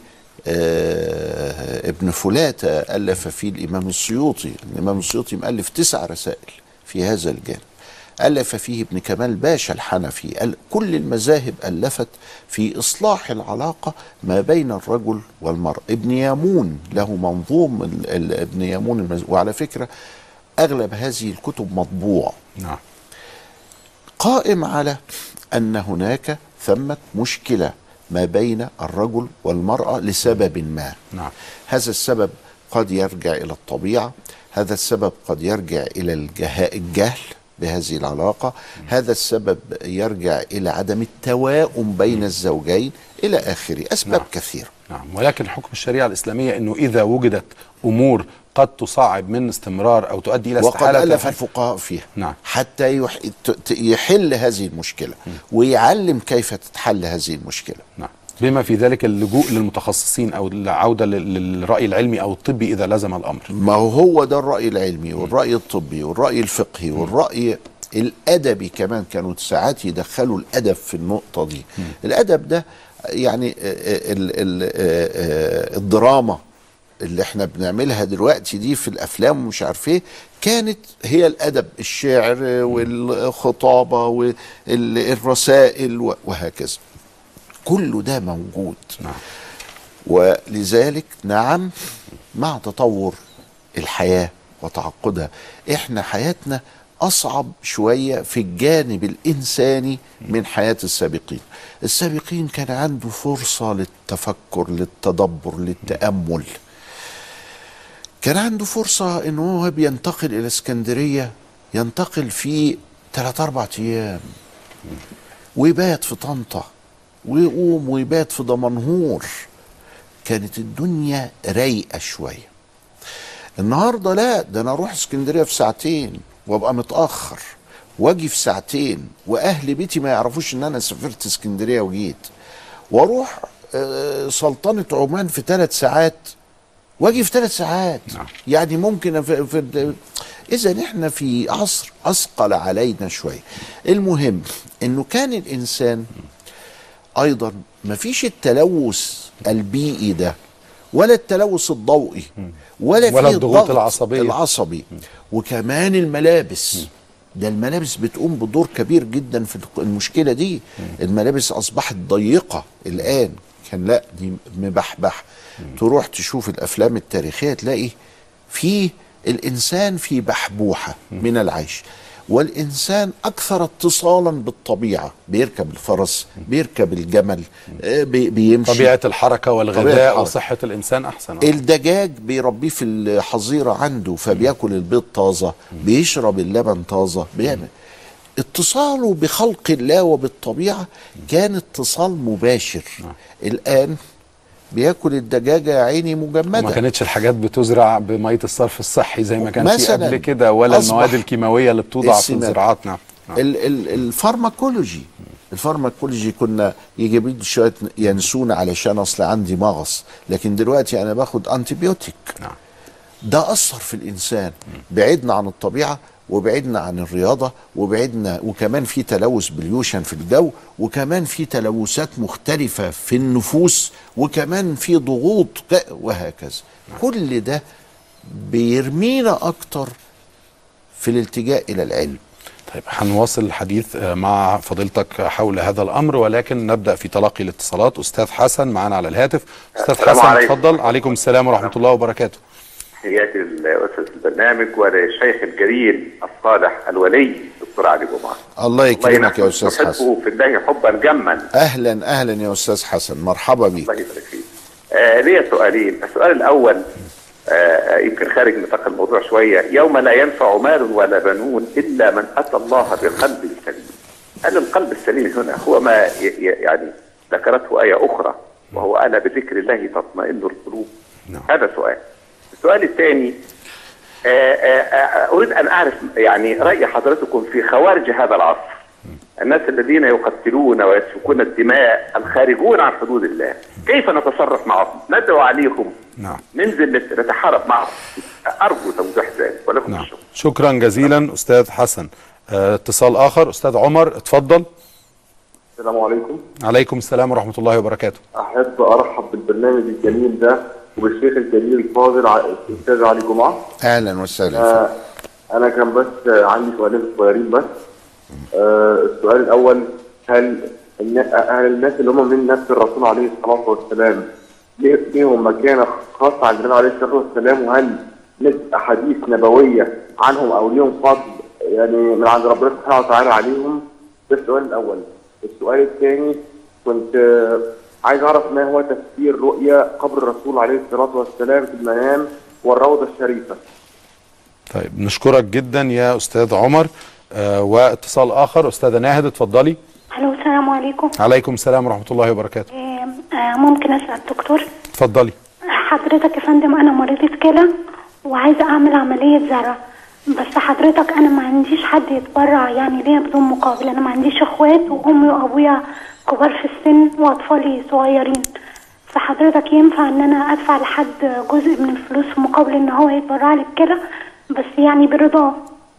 ابن فلاتة، ألف فيه الإمام السيوطي. الإمام السيوطي مؤلف 9 رسائل في هذا الجانب، ألف فيه ابن كمال باشا الحنفي. كل المذاهب ألفت في إصلاح العلاقة ما بين الرجل والمرأة. ابن يامون له منظوم، ابن يامون، وعلى فكرة أغلب هذه الكتب مطبوع، قائم على أن هناك ثمة مشكلة ما بين الرجل والمرأة لسبب ما. هذا السبب قد يرجع إلى الطبيعة، هذا السبب قد يرجع إلى الجهل بهذه العلاقة، هذا السبب يرجع إلى عدم التوائم بين الزوجين، إلى آخره، أسباب كثيرة. ولكن حكم الشريعة الإسلامية أنه إذا وجدت أمور قد تصعب من استمرار أو تؤدي إلى استحالة، وقد ألف الفقهاء فيها حتى يحل هذه المشكلة ويعلم كيف تتحل هذه المشكلة. بما في ذلك اللجوء للمتخصصين أو العودة للرأي العلمي أو الطبي إذا لزم الأمر. ما هو ده الرأي العلمي والرأي الطبي والرأي الفقهي والرأي الأدبي كمان. كانوا ساعات يدخلوا الأدب في النقطة دي. الأدب ده يعني الدراما اللي احنا بنعملها دلوقتي دي في الأفلام ومش عارف ايه، كانت هي الأدب، الشعر والخطابة والرسائل وهكذا. كل ده موجود. ولذلك مع تطور الحياة وتعقدها، احنا حياتنا أصعب شوية في الجانب الإنساني من حياة السابقين. السابقين كان عنده فرصة للتفكر، للتدبر، للتأمل. كان عنده فرصة إنه هو بينتقل إلى اسكندرية، ينتقل في 3-4 أيام ويبات في طنطا ويقوم ويبات في دمنهور. كانت الدنيا رايقة شوية. النهاردة لا، ده أنا أروح اسكندرية في 2 ساعات وأبقى متأخر، واجي في 2 ساعات، وأهل بيتي ما يعرفوش إن أنا سافرت اسكندرية وجيت، واروح سلطنة عمان في 3 ساعات واجي في 3 ساعات. يعني ممكن إذا احنا في عصر أثقل علينا شوية. المهم إنه كان الإنسان أيضا ما فيش التلوث البيئي ده، ولا التلوث الضوئي، ولا الضغوط العصبي. وكمان الملابس، ده الملابس بتقوم بدور كبير جدا في المشكلة دي. الملابس أصبحت ضيقة الآن، كان لا، دي مبحبح. تروح تشوف الأفلام التاريخية تلاقي في الإنسان في بحبوحة من العيش، والإنسان أكثر اتصالا بالطبيعة. بيركب الفرس، بيركب الجمل، بيمشي. طبيعة الحركة والغذاء وصحة الإنسان أحسن. الدجاج بيربيه في الحظيرة عنده، فبيأكل البيض طازة، بيشرب اللبن طازة، بيعمل اتصاله بخلق الله وبالطبيعة كان اتصال مباشر. الآن بياكل الدجاجة يا عيني مجمدة. ما كانتش الحاجات بتزرع بمية الصرف الصحي زي ما كان في قبل كده، ولا المواد الكيماوية اللي بتوضع في الزراعات. الفارماكولوجي الفارماكولوجي كنا يجيب لي شويه ينسون علشان اصل عندي مغص، لكن دلوقتي انا باخد انتيبيوتيك. ده اثر في الانسان، بعدنا عن الطبيعه وبعدنا عن الرياضه وبعدنا، وكمان في تلوث بليوشن في الجو، وكمان في تلوثات مختلفه في النفوس، وكمان في ضغوط وهكذا. كل ده بيرمينا اكتر في الالتجاء الى العلم. طيب هنواصل الحديث مع فضيلتك حول هذا الامر، ولكن نبدا في تلقي الاتصالات. استاذ حسن معنا على الهاتف. استاذ حسن اتفضل. عليكم السلام ورحمه الله وبركاته. تحياتي لأسس البرنامج وللشيخ الجليل الصالح الولي دكتور علي جمعة. الله يكرمك يا استاذ حسن. نحبه في الله حبا جما. اهلا اهلا يا استاذ حسن، مرحبا بك. الله يبارك فيك. ليا سؤالين. السؤال الاول يمكن خارج نطاق الموضوع شويه. يوم لا ينفع مال ولا بنون الا من اتى الله بقلب سليم. هل القلب السليم هنا هو ما يعني ذكرته آية اخرى وهو الا بذكر الله تطمئن القلوب؟ هذا سؤال. السؤال الثاني اريد ان اعرف يعني راي حضرتكم في خوارج هذا العصر، الناس الذين يقتلون ويسفكون الدماء، الخارجون عن حدود الله، كيف نتصرف معهم؟ ندعو عليهم؟ ننزل نتحارب معهم؟ ارجو توضيح ذلك ولكم الشكر. شكرا جزيلا استاذ حسن. اتصال اخر. استاذ عمر اتفضل. السلام عليكم. عليكم السلام ورحمه الله وبركاته. احب ارحب بالبرنامج الجميل ده وبالشيخ الجليل الفاضل الاستاذ علي جمعه. اهلا وسهلا. انا كان بس عندي سؤالين صغيرين بس. السؤال الاول، هل الناس اللي هم من نفس الرسول عليه الصلاه والسلام ليهم مكانه خاصه عند النبي عليه الصلاه والسلام، وهل نجد احاديث نبويه عنهم او ليهم فضل يعني من عند ربنا سبحانه وتعالى عليهم؟ ده السؤال الاول. السؤال الثاني، كنت عايز اعرف ما هو تفسير رؤيا قبر الرسول عليه الصلاه والسلام في المنام والروضه الشريفه. طيب نشكرك جدا يا استاذ عمر. واتصال اخر. استاذه ناهد اتفضلي. الو السلام عليكم. عليكم السلام ورحمه الله وبركاته. ممكن اسال الدكتور؟ اتفضلي. حضرتك يا فندم انا مريضه كلى وعايزه اعمل عمليه زرع، بس حضرتك انا ما عنديش حد يتبرع يعني ليا بدون مقابل. انا ما عنديش اخوات وامي وابويا كبار في السن واطفالي صغيرين، فحضرتك ينفع ان انا ادفع لحد جزء من الفلوس مقابل ان هو يتبرع لي بكده بس يعني برضاه؟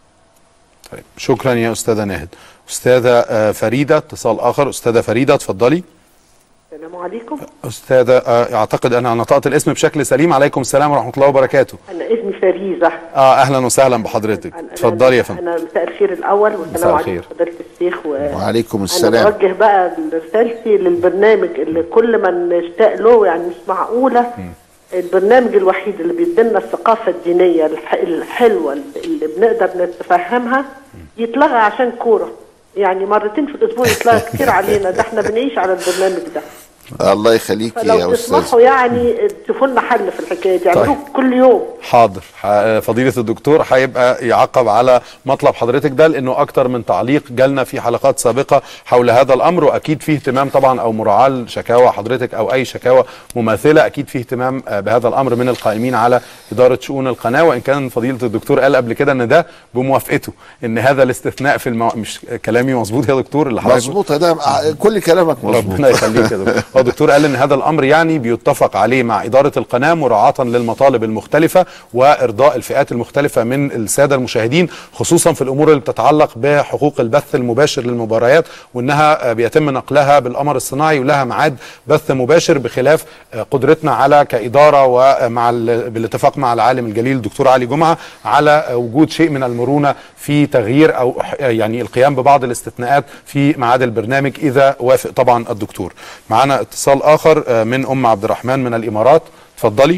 طيب شكرا يا استاذه ناهد. استاذه فريده اتصال اخر. استاذه فريده اتفضلي. السلام عليكم. استاذه اعتقد انا نطقت الاسم بشكل سليم. عليكم السلام ورحمه الله وبركاته. انا اسمي فريزه. اهلا وسهلا بحضرتك. اتفضلي يا فندم. انا مساء الخير الاول والسلام عليكم فضيله الشيخ. وعليكم السلام. انا بوجه بقى رسالتي للبرنامج اللي كل ما نشتاق له، يعني مش معقوله البرنامج الوحيد اللي بيدينا الثقافه الدينيه الحلوه اللي بنقدر نتفهمها يتلغى عشان كوره. يعني مرتين في الاسبوع يتلغى كتير علينا، ده احنا بنعيش على البرنامج ده. الله يخليك يا استاذ. لو تسمحوا يعني تشوفوا لنا حل في الحكايه دي، يعملوه كل يوم. حاضر. فضيله الدكتور هيبقى يعقب على مطلب حضرتك ده، لانه اكتر من تعليق جالنا في حلقات سابقه حول هذا الامر، واكيد فيه اهتمام طبعا او مراعاه لشكاوى حضرتك او اي شكاوى مماثله. اكيد فيه اهتمام بهذا الامر من القائمين على اداره شؤون القناه، وان كان فضيله الدكتور قال قبل كده ان ده بموافقته، ان هذا الاستثناء في مش كلامي مظبوط يا دكتور؟ اللي حضرتك مظبوط. ده كل كلامك مظبوط. ربنا يخليك يا دكتور. هو الدكتور قال ان هذا الامر يعني بيتفق عليه مع اداره القناه مراعاه للمطالب المختلفه وارضاء الفئات المختلفه من الساده المشاهدين، خصوصا في الامور اللي بتتعلق بحقوق البث المباشر للمباريات، وانها بيتم نقلها بالقمر الصناعي ولها ميعاد بث مباشر، بخلاف قدرتنا على كاداره ومع بالاتفاق مع العالم الجليل الدكتور علي جمعه على وجود شيء من المرونه في تغيير او يعني القيام ببعض الاستثناءات في ميعاد البرنامج اذا وافق طبعا الدكتور. معنا اتصال اخر من ام عبد الرحمن من الامارات. اتفضلي.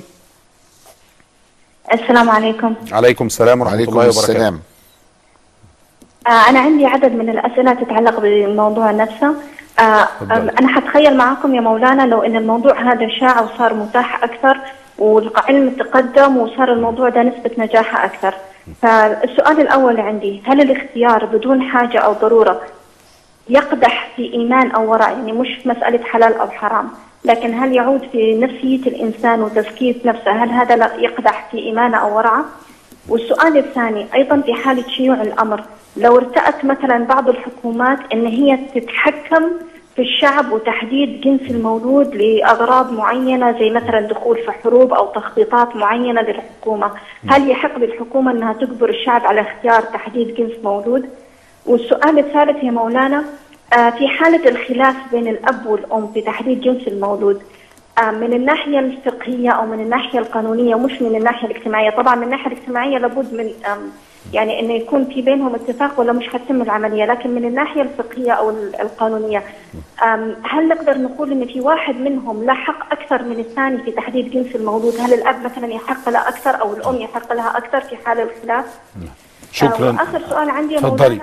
السلام عليكم. عليكم السلام ورحمه الله وبركاته. السلام. انا عندي عدد من الاسئله تتعلق بالموضوع نفسه. انا حتخيل معكم يا مولانا لو ان الموضوع هذا شاع وصار متاح اكثر والعلم تقدم وصار الموضوع ده نسبه نجاحه اكثر. فالسؤال الاول عندي، هل الاختيار بدون حاجه او ضروره يقدح في ايمان او ورع؟ يعني مش مساله حلال او حرام، لكن هل يعود في نفسيه الانسان وتزكيه نفسه؟ هل هذا يقدح في ايمانه او ورعه؟ والسؤال الثاني ايضا، في حاله شيوع الامر، لو ارتأت مثلا بعض الحكومات ان هي تتحكم في الشعب وتحديد جنس المولود لأغراض معينة زي مثلا دخول في حروب أو تخطيطات معينة للحكومة، هل يحق للحكومة أنها تجبر الشعب على اختيار تحديد جنس مولود؟ والسؤال الثالث يا مولانا، في حالة الخلاف بين الأب والأم في تحديد جنس المولود، من الناحية الفقهية أو من الناحية القانونية مش من الناحية الاجتماعية، طبعا من الناحية الاجتماعية لابد من يعني انه يكون في بينهم اتفاق ولا مش هتتم العمليه، لكن من الناحيه الفقهيه او القانونيه هل نقدر نقول ان في واحد منهم له حق اكثر من الثاني في تحديد جنس المولود؟ هل الاب مثلا يحق له اكثر او الام يحق لها اكثر في حال الخلاف؟ شكرا. اخر سؤال عندي يا مولانا،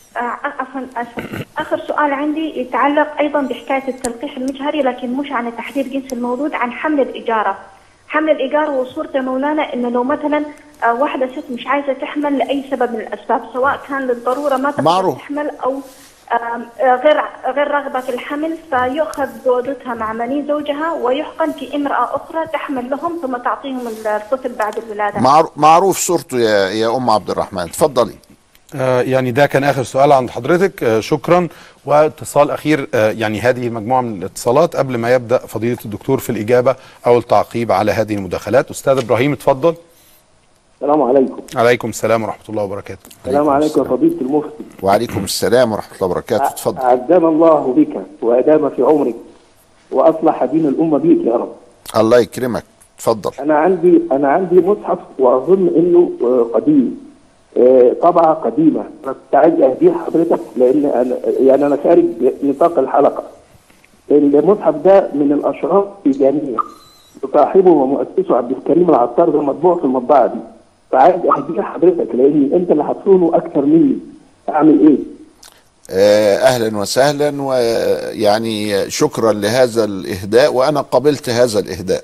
اخر سؤال عندي يتعلق ايضا بحكايه التلقيح المجهري، لكن مش عن تحديد جنس المولود، عن حمل الاجاره. حمل الإيجار وصورته مولانا إنه لو مثلا واحدة ست مش عايزة تحمل لأي سبب من الأسباب، سواء كان للضرورة ما تقدر تحمل أو غير رغبة في الحمل، فيؤخذ زوجتها مع مني زوجها ويحقن في امرأة أخرى تحمل لهم ثم تعطيهم الطفل بعد الولادة. معروف صورته يا أم عبد الرحمن، تفضلي. يعني ده كان آخر سؤال عند حضرتك. شكرا. واتصال أخير، يعني هذه مجموعة من الاتصالات قبل ما يبدأ فضيلة الدكتور في الإجابة أو التعقيب على هذه المداخلات. أستاذ إبراهيم اتفضل. السلام عليكم. عليكم السلام ورحمة الله وبركاته. السلام عليكم يا فضيلة المفتي. وعليكم السلام ورحمة الله وبركاته. اتفضل. أعزنا الله بك وأدام في عمرك وأصلح دين الأمة بيك يا رب. الله يكرمك. اتفضل. أنا عندي مصحف وأظن إنه قديم، طبعة قديمة، أنا كنت عايز أهديه حضرتك لأن أنا خارج نطاق الحلقة. المصحف ده من الأشراف في جامعة صاحبه ومؤسسه عبد الكريم العطار، ده مطبوع في المطبعة دي، فعايز أهديه حضرتك لأن أنت اللي هتصونه أكثر مني. أعمل إيه؟ أهلا وسهلا، ويعني شكرا لهذا الإهداء، وأنا قبلت هذا الإهداء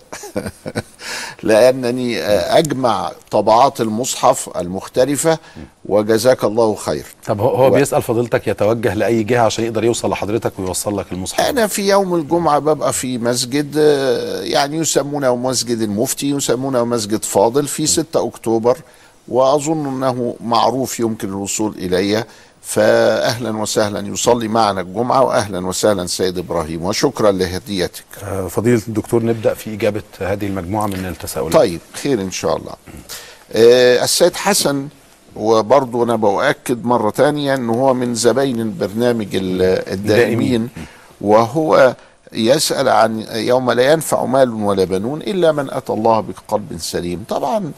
لأنني أجمع طبعات المصحف المختلفة، وجزاك الله خير. طب هو بيسأل فضيلتك يتوجه لأي جهة عشان يقدر يوصل لحضرتك ويوصل لك المصحف؟ أنا في يوم الجمعة ببقى في مسجد يعني يسمونه مسجد المفتي، يسمونه مسجد فاضل في 6 أكتوبر، وأظن أنه معروف يمكن الوصول إليه، فأهلا وسهلا يصلي معنا الجمعة، وأهلا وسهلا سيد إبراهيم، وشكرا لهديتك. فضيلة الدكتور نبدأ في إجابة هذه المجموعة من التساؤلات. طيب خير إن شاء الله. السيد حسن، وبرضه أنا بأؤكد مرة تانية أنه هو من زباين البرنامج الدائمين، وهو يسأل عن يوم لا ينفع مال ولا بنون إلا من أتى الله بقلب سليم. طبعا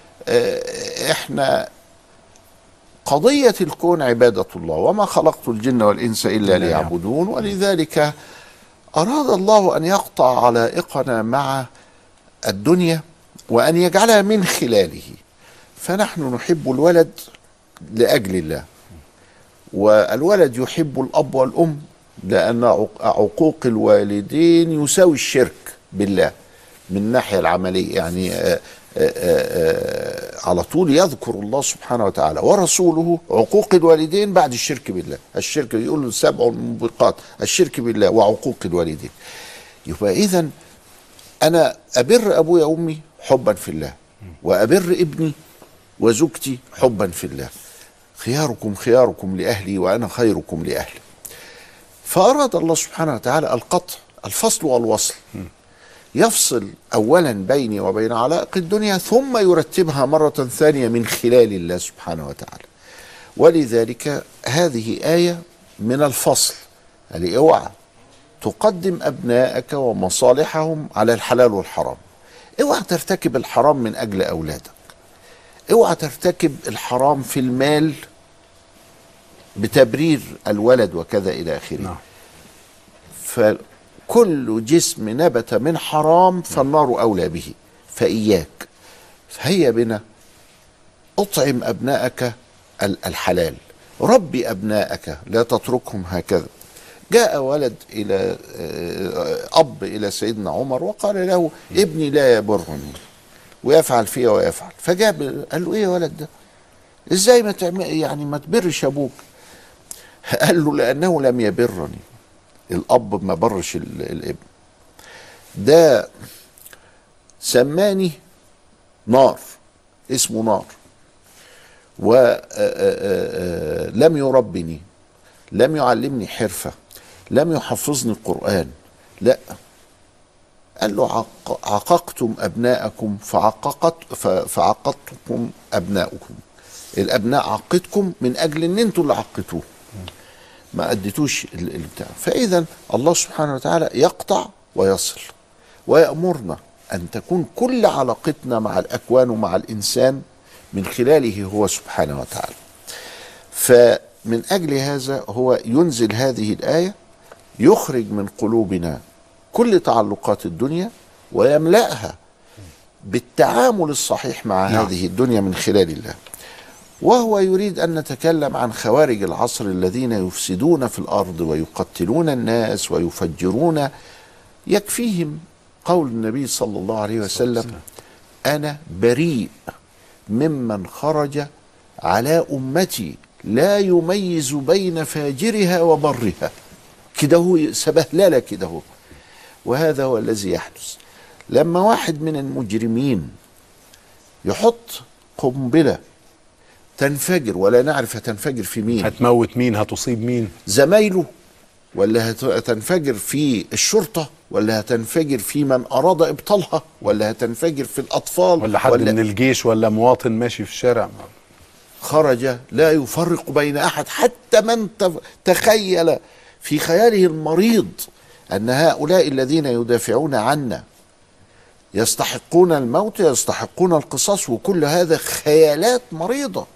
إحنا قضية الكون عبادة الله، وما خلقت الجن والإنس إلا ليعبدون، ولذلك أراد الله أن يقطع علائقنا مع الدنيا وأن يجعلها من خلاله. فنحن نحب الولد لأجل الله، والولد يحب الأب والأم، لأن عقوق الوالدين يساوي الشرك بالله من الناحية العملية. يعني على طول يذكر الله سبحانه وتعالى ورسوله عقوق الوالدين بعد الشرك بالله. الشرك يقول 7 موبقات، الشرك بالله وعقوق الوالدين. يبقى إذن أنا أبر أبويا وأمي حبا في الله، وأبر ابني وزوجتي حبا في الله. خياركم خياركم لأهلي وأنا خيركم لأهلي. فأراد الله سبحانه وتعالى القطع، الفصل والوصل، يفصل أولا بيني وبين علائق الدنيا، ثم يرتبها مرة ثانية من خلال الله سبحانه وتعالى. ولذلك هذه آية من الفصل، يعني اوعى تقدم أبنائك ومصالحهم على الحلال والحرام، اوعى ترتكب الحرام من أجل أولادك، اوعى ترتكب الحرام في المال بتبرير الولد وكذا إلى آخره. فكل جسم نبت من حرام فالنار أولى به، فإياك. فهيا بنا أطعم أبنائك الحلال، ربي أبنائك لا تتركهم هكذا. جاء ولد إلى أب إلى سيدنا عمر وقال له ابني لا يبرني ويفعل فيه ويفعل. فجاب قال له ايه يا ولد ده، ازاي ما يعني ما تبرش ابوك؟ قال له لانه لم يبرني. الاب ما برش الابن، ده سماني نار، اسمه نار، ولم يربني، لم يعلمني حرفة، لم يحفظني القرآن، لا، قال له عققتم أبناءكم فعقدتكم أبناءكم. الأبناء عقدكم من أجل أن أنتوا اللي عقدتوه، ما أديتوش البتاع. فإذا الله سبحانه وتعالى يقطع ويصل، ويأمرنا أن تكون كل علاقتنا مع الأكوان ومع الإنسان من خلاله هو سبحانه وتعالى. فمن أجل هذا هو ينزل هذه الآية، يخرج من قلوبنا كل تعلقات الدنيا ويملأها بالتعامل الصحيح مع هذه الدنيا من خلال الله. وهو يريد أن نتكلم عن خوارج العصر الذين يفسدون في الأرض ويقتلون الناس ويفجرون. يكفيهم قول النبي صلى الله عليه وسلم: أنا بريء ممن خرج على أمتي لا يميز بين فاجرها وبرها. كده هو سبهلله كده هو. وهذا هو الذي يحدث لما واحد من المجرمين يحط قنبلة تنفجر، ولا نعرف هتنفجر في مين، هتموت مين، هتصيب مين، زمايله، ولا هتنفجر في الشرطة، ولا هتنفجر في من أراد إبطالها، ولا هتنفجر في الأطفال، ولا حد من الجيش، ولا مواطن ماشي في الشارع. خرج لا يفرق بين أحد، حتى من تخيل في خياله المريض أن هؤلاء الذين يدافعون عنا يستحقون الموت، يستحقون القصاص، وكل هذا خيالات مريضة.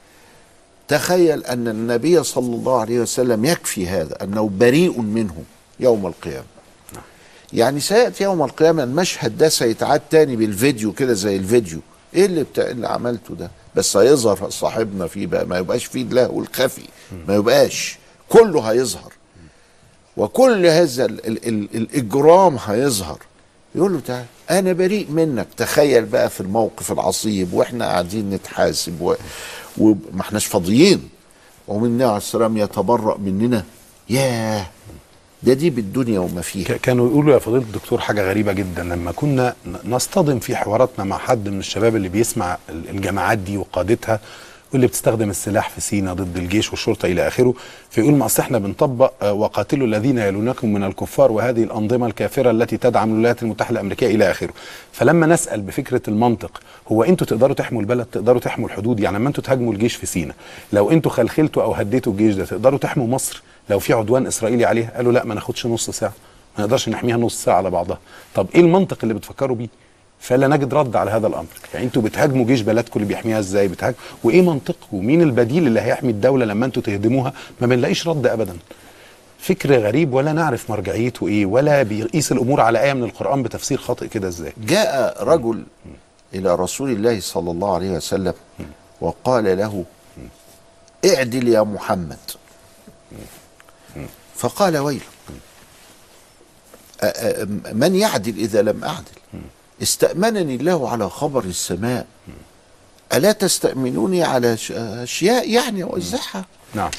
تخيل أن النبي صلى الله عليه وسلم يكفي هذا أنه بريء منه يوم القيامة. يعني سيأتي يوم القيامة المشهد ده سيتعاد تاني بالفيديو كده زي الفيديو. ايه اللي عملته ده؟ بس هيظهر صاحبنا فيه بقى، ما يبقاش فيه اللهو الخفي، ما يبقاش كله هيظهر، وكل هذا الإجرام هيظهر. يقول له تعال أنا بريء منك. تخيل بقى في الموقف العصيب واحنا قاعدين نتحاسب وما احناش فاضيين، ومن النبي عليه السلام يتبرأ مننا. ياه، دي بالدنيا وما فيها. كانوا يقولوا يا فضيلة الدكتور حاجة غريبة جدا لما كنا نصطدم في حواراتنا مع حد من الشباب اللي بيسمع الجماعات دي وقادتها واللي بتستخدم السلاح في سيناء ضد الجيش والشرطة إلى آخره، فيقول ما أصل احنا بنطبق وقاتلوا الذين يلونكم من الكفار وهذه الأنظمة الكافرة التي تدعم الولايات المتحدة الأمريكية إلى آخره. فلما نسأل بفكرة المنطق، هو أنتوا تقدروا تحموا البلد، تقدروا تحموا الحدود؟ يعني لما أنتوا تهاجموا الجيش في سيناء، لو أنتوا خلخلتوا أو هديتوا الجيش ده، تقدروا تحموا مصر لو في عدوان إسرائيلي عليها؟ قالوا لا، ما ناخدش نص ساعة، ما نقدرش نحميها نص ساعة على بعضها. طب إيه المنطق اللي بتفكروا بيه؟ فلا نجد رد على هذا الامر. يعني انتوا بتهاجموا جيش بلدكم اللي بيحميها ازاي؟ بتهاجموا وايه منطقكم؟ ومين البديل اللي هيحمي الدوله لما انتوا تهدموها؟ ما بنلاقيش رد ابدا. فكر غريب ولا نعرف مرجعيته ايه، ولا بيقيس الامور على ايه من القران بتفسير خاطئ كده ازاي. جاء رجل الى رسول الله صلى الله عليه وسلم وقال له: اعدل يا محمد. فقال: ويلك، من يعدل اذا لم اعدل؟ استأمنني الله على خبر السماء، ألا تستأمنوني على أشياء يعني أوزعها؟ نعم.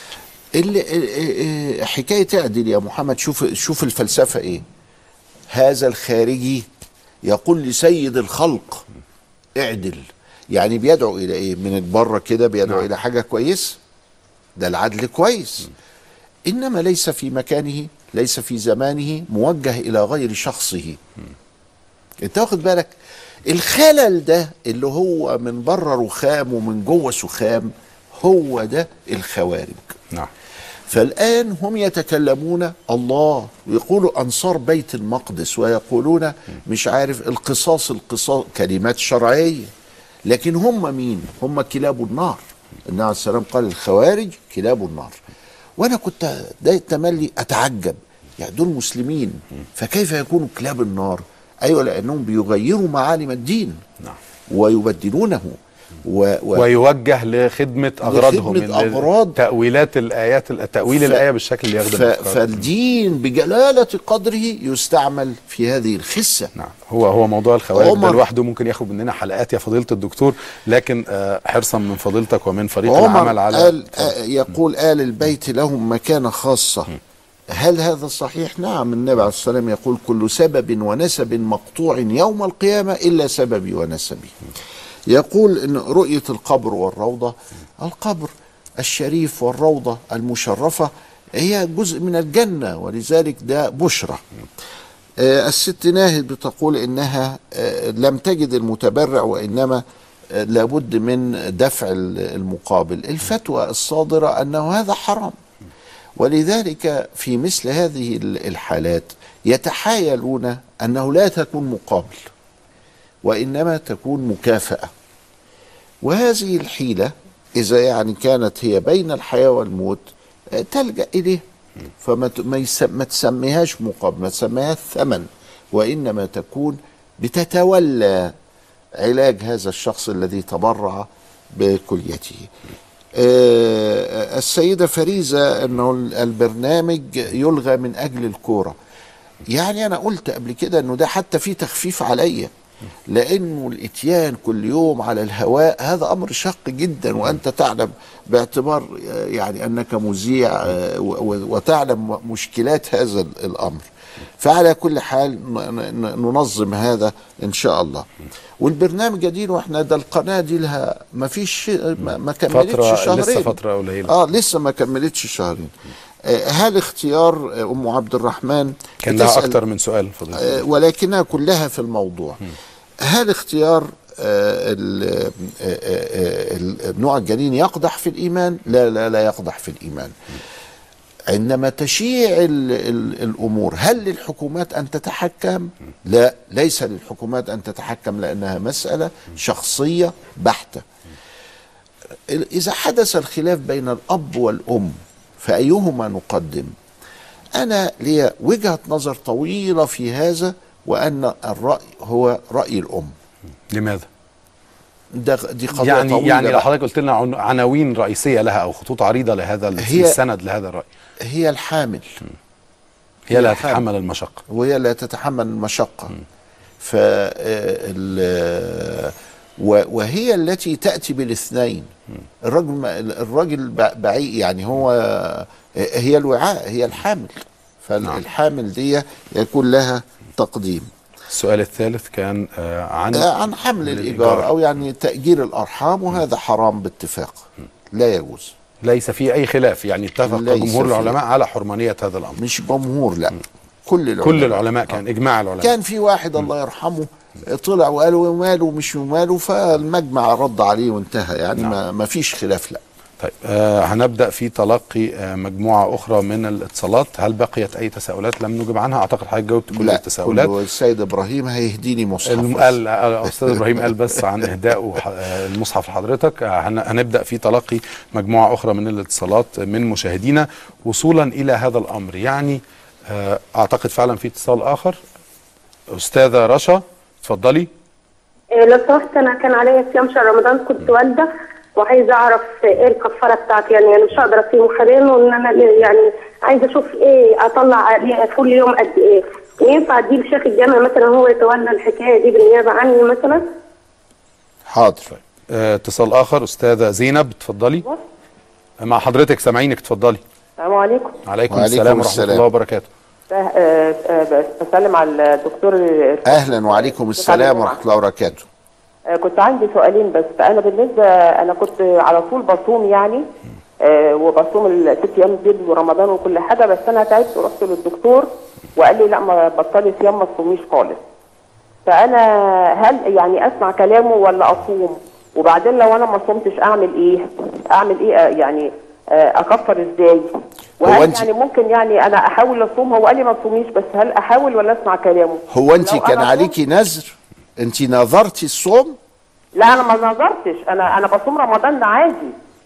حكاية اعدل يا محمد، شوف الفلسفة إيه. هذا الخارجي يقول لسيد الخلق اعدل، يعني بيدعو إلى إيه؟ من بره كده بيدعو إلى حاجة كويس، ده العدل كويس، إنما ليس في مكانه، ليس في زمانه، موجه إلى غير شخصه. انت واخد بالك؟ الخلل ده اللي هو من بره رخام ومن جوه سخام، هو ده الخوارج. نعم. فالآن هم يتكلمون الله ويقولوا أنصار بيت المقدس، ويقولون مش عارف القصاص كلمات شرعية، لكن هم مين؟ هم كلاب النار. النبي عليه السلام قال الخوارج كلاب النار. وأنا كنت ده تملي أتعجب، يعني دول مسلمين فكيف يكونوا كلاب النار؟ أيوة، لأنهم بيغيروا معالم الدين. نعم. ويبدلونه ويوجه لخدمة أغراضهم، من أغراض تأويلات الآيات، تأويل الآية بالشكل اللي يخدم فالدين بجلالة قدره يستعمل في هذه الخسة. نعم. هو موضوع الخوارج ده لوحده ممكن ياخد مننا حلقات يا فضيلة الدكتور، لكن حرصا من فضيلتك ومن فريق العمل على يقول آل البيت لهم مكانة خاصة. هل هذا صحيح؟ نعم. النبي عليه الصلاة والسلام يقول كل سبب ونسب مقطوع يوم القيامة إلا سببي ونسبي. يقول ان رؤية القبر والروضة، القبر الشريف والروضة المشرفة هي جزء من الجنة، ولذلك ده بشرى. الست ناهد بتقول انها لم تجد المتبرع وانما لابد من دفع المقابل. الفتوى الصادرة انه هذا حرام، ولذلك في مثل هذه الحالات يتحايلون انه لا تكون مقابل وانما تكون مكافأة. وهذه الحيلة اذا يعني كانت هي بين الحياة والموت تلجأ اليه، فما تسميهاش مقابل، ما تسميهاش ثمن، وانما تكون بتتولى علاج هذا الشخص الذي تبرع بكليته. السيدة فريزة انه البرنامج يلغى من اجل الكورة. يعني انا قلت قبل كده انه ده حتى فيه تخفيف عليا، لانه الاتيان كل يوم على الهواء هذا امر شاق جدا، وانت تعلم باعتبار يعني انك مذيع وتعلم مشكلات هذا الامر. فعلى كل حال ننظم هذا ان شاء الله. والبرنامج جديد، واحنا ده القناه دي لها ما فيش ما كملتش شهرين، لسه فتره قليله، لسه ما كملتش شهرين. هل اختيار ام عبد الرحمن كان لها اكتر من سؤال فضيلة، ولكنها كلها في الموضوع. هل اختيار نوع الجنين يقدح في الايمان؟ لا لا لا يقدح في الايمان. عندما تشيع الامور هل للحكومات ان تتحكم؟ لا، ليس للحكومات ان تتحكم، لانها مساله شخصيه بحته. اذا حدث الخلاف بين الاب والام فايهما نقدم؟ انا لي وجهه نظر طويله في هذا، وان الراي هو راي الام. لماذا؟ دي قضيه طويله. يعني لو حضرتك قلت لنا عناوين رئيسيه لها او خطوط عريضه لهذا السند لهذا الراي. هي الحامل، هي لا تتحمل المشقه، وهي لا تتحمل المشقه. وهي التي تأتي بالاثنين. الرجل بعيد، يعني هي الوعاء، هي الحامل، فالحامل دي يكون لها تقديم. السؤال الثالث كان عن حمل الإيجار أو يعني تأجير الأرحام، وهذا حرام باتفاق، لا يجوز، ليس فيه أي خلاف. يعني اتفق جمهور العلماء على حرمانية هذا الأمر. مش جمهور، لا، كل العلماء كان إجماع العلماء. كان في واحد الله يرحمه طلع وقالوا ماله مش ماله، فالمجمع رد عليه وانتهى، يعني ما فيش خلاف. لا. طيب هنبدأ في تلقي مجموعة أخرى من الاتصالات. هل بقيت أي تساؤلات لم نجب عنها؟ أعتقد حضرتك جاوبت كل التساؤلات. لا، السيد إبراهيم هيهديني مصحف. أستاذ إبراهيم قال بس عن إهداء المصحف لحضرتك. هنبدأ في تلقي مجموعة أخرى من الاتصالات من مشاهدينا وصولا إلى هذا الأمر. يعني أعتقد فعلا في اتصال آخر. أستاذة رشا اتفضلي. لو سمحت، أنا كان عليا صيام شهر رمضان، كنت والدة وعايزه اعرف ايه الكفاره بتاعتي. يعني انا مش هقدر اصيم حاليا، وان انا يعني عايزه اشوف ايه اطلع كل يوم قد ايه. ينفع اديه لشيخ الجامع مثلا هو يتولى الحكايه دي بالنيابه عني مثلا؟ حاضر. اتصال اخر. استاذه زينب اتفضلي. مع حضرتك سامعينك، اتفضلي. السلام عليكم. وعليكم السلام ورحمه الله وبركاته. بسلم على الدكتور. اهلا، وعليكم السلام ورحمه الله وبركاته. كنت عندي سؤالين بس. انا بالنسبه انا كنت على طول بصوم يعني وبصوم ال6 ايام البيض ورمضان وكل حاجه، بس انا تعبت ورحت للدكتور وقال لي لا، ما بطلي صيام، ما تصوميش خالص. فانا هل يعني اسمع كلامه ولا اصوم؟ وبعدين لو انا ما صمتش اعمل ايه يعني اكفر ازاي؟ وهل يعني ممكن يعني انا احاول اصوم؟ هو قال لي ما تصوميش، بس هل احاول ولا اسمع كلامه؟ هو انت كان عليكي نذر؟ انت نظرتي الصوم؟ لا، انا ما نظرتش، انا بصوم رمضان ده عادي.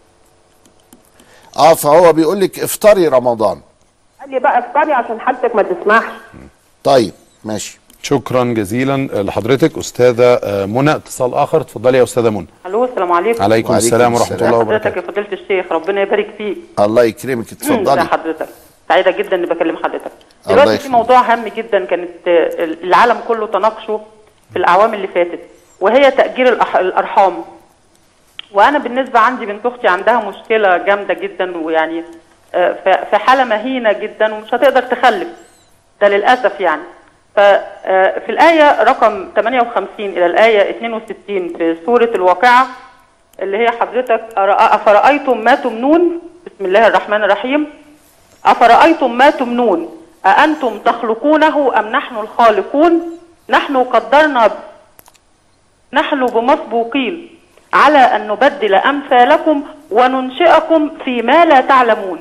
فهو بيقول لك افطري رمضان. قال لي بقى افطري عشان حالتك ما تسمحش. طيب ماشي. شكرا جزيلا لحضرتك. استاذه منى اتصال اخر. اتفضلي يا استاذه منى. الو، السلام عليكم. عليكم السلام ورحمه الله وبركاته. حضرتك يا فضيله الشيخ، ربنا يبارك فيك. الله يكرمك، اتفضلي. حضرتك سعيده جدا اني بكلم حضرتك. دلوقتي في موضوع هام جدا كانت العالم كله تناقشه في الاعوام اللي فاتت، وهي تأجير الارحام. وانا بالنسبه عندي بنت اختي عندها مشكله جامده جدا، ويعني في حاله مهينه جدا ومش هتقدر تخلف، ده للاسف يعني. ففي الآية رقم 58 إلى الآية 62 في سورة الواقعة اللي هي حضرتك أفرأيتم ما تمنون، بسم الله الرحمن الرحيم، أفرأيتم ما تمنون أأنتم تخلقونه أم نحن الخالقون نحن قدرنا نحن بمسبوقين على أن نبدل أمثالكم وننشئكم فيما لا تعلمون.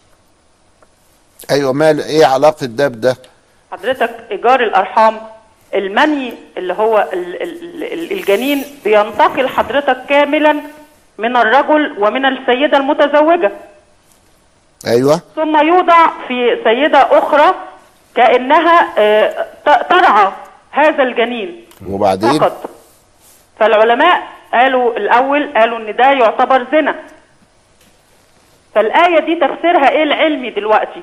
ايوه، ايه علاقه ده بده؟ حضرتك إيجار الأرحام، المني اللي هو الجنين بينتقل حضرتك كاملا من الرجل ومن السيدة المتزوجة. ايوه. ثم يوضع في سيدة أخرى كأنها ترعى هذا الجنين. وبعدين؟ فقط. فالعلماء قالوا الأول إن ده يعتبر زنا. فالآية دي تفسيرها إيه العلمي دلوقتي؟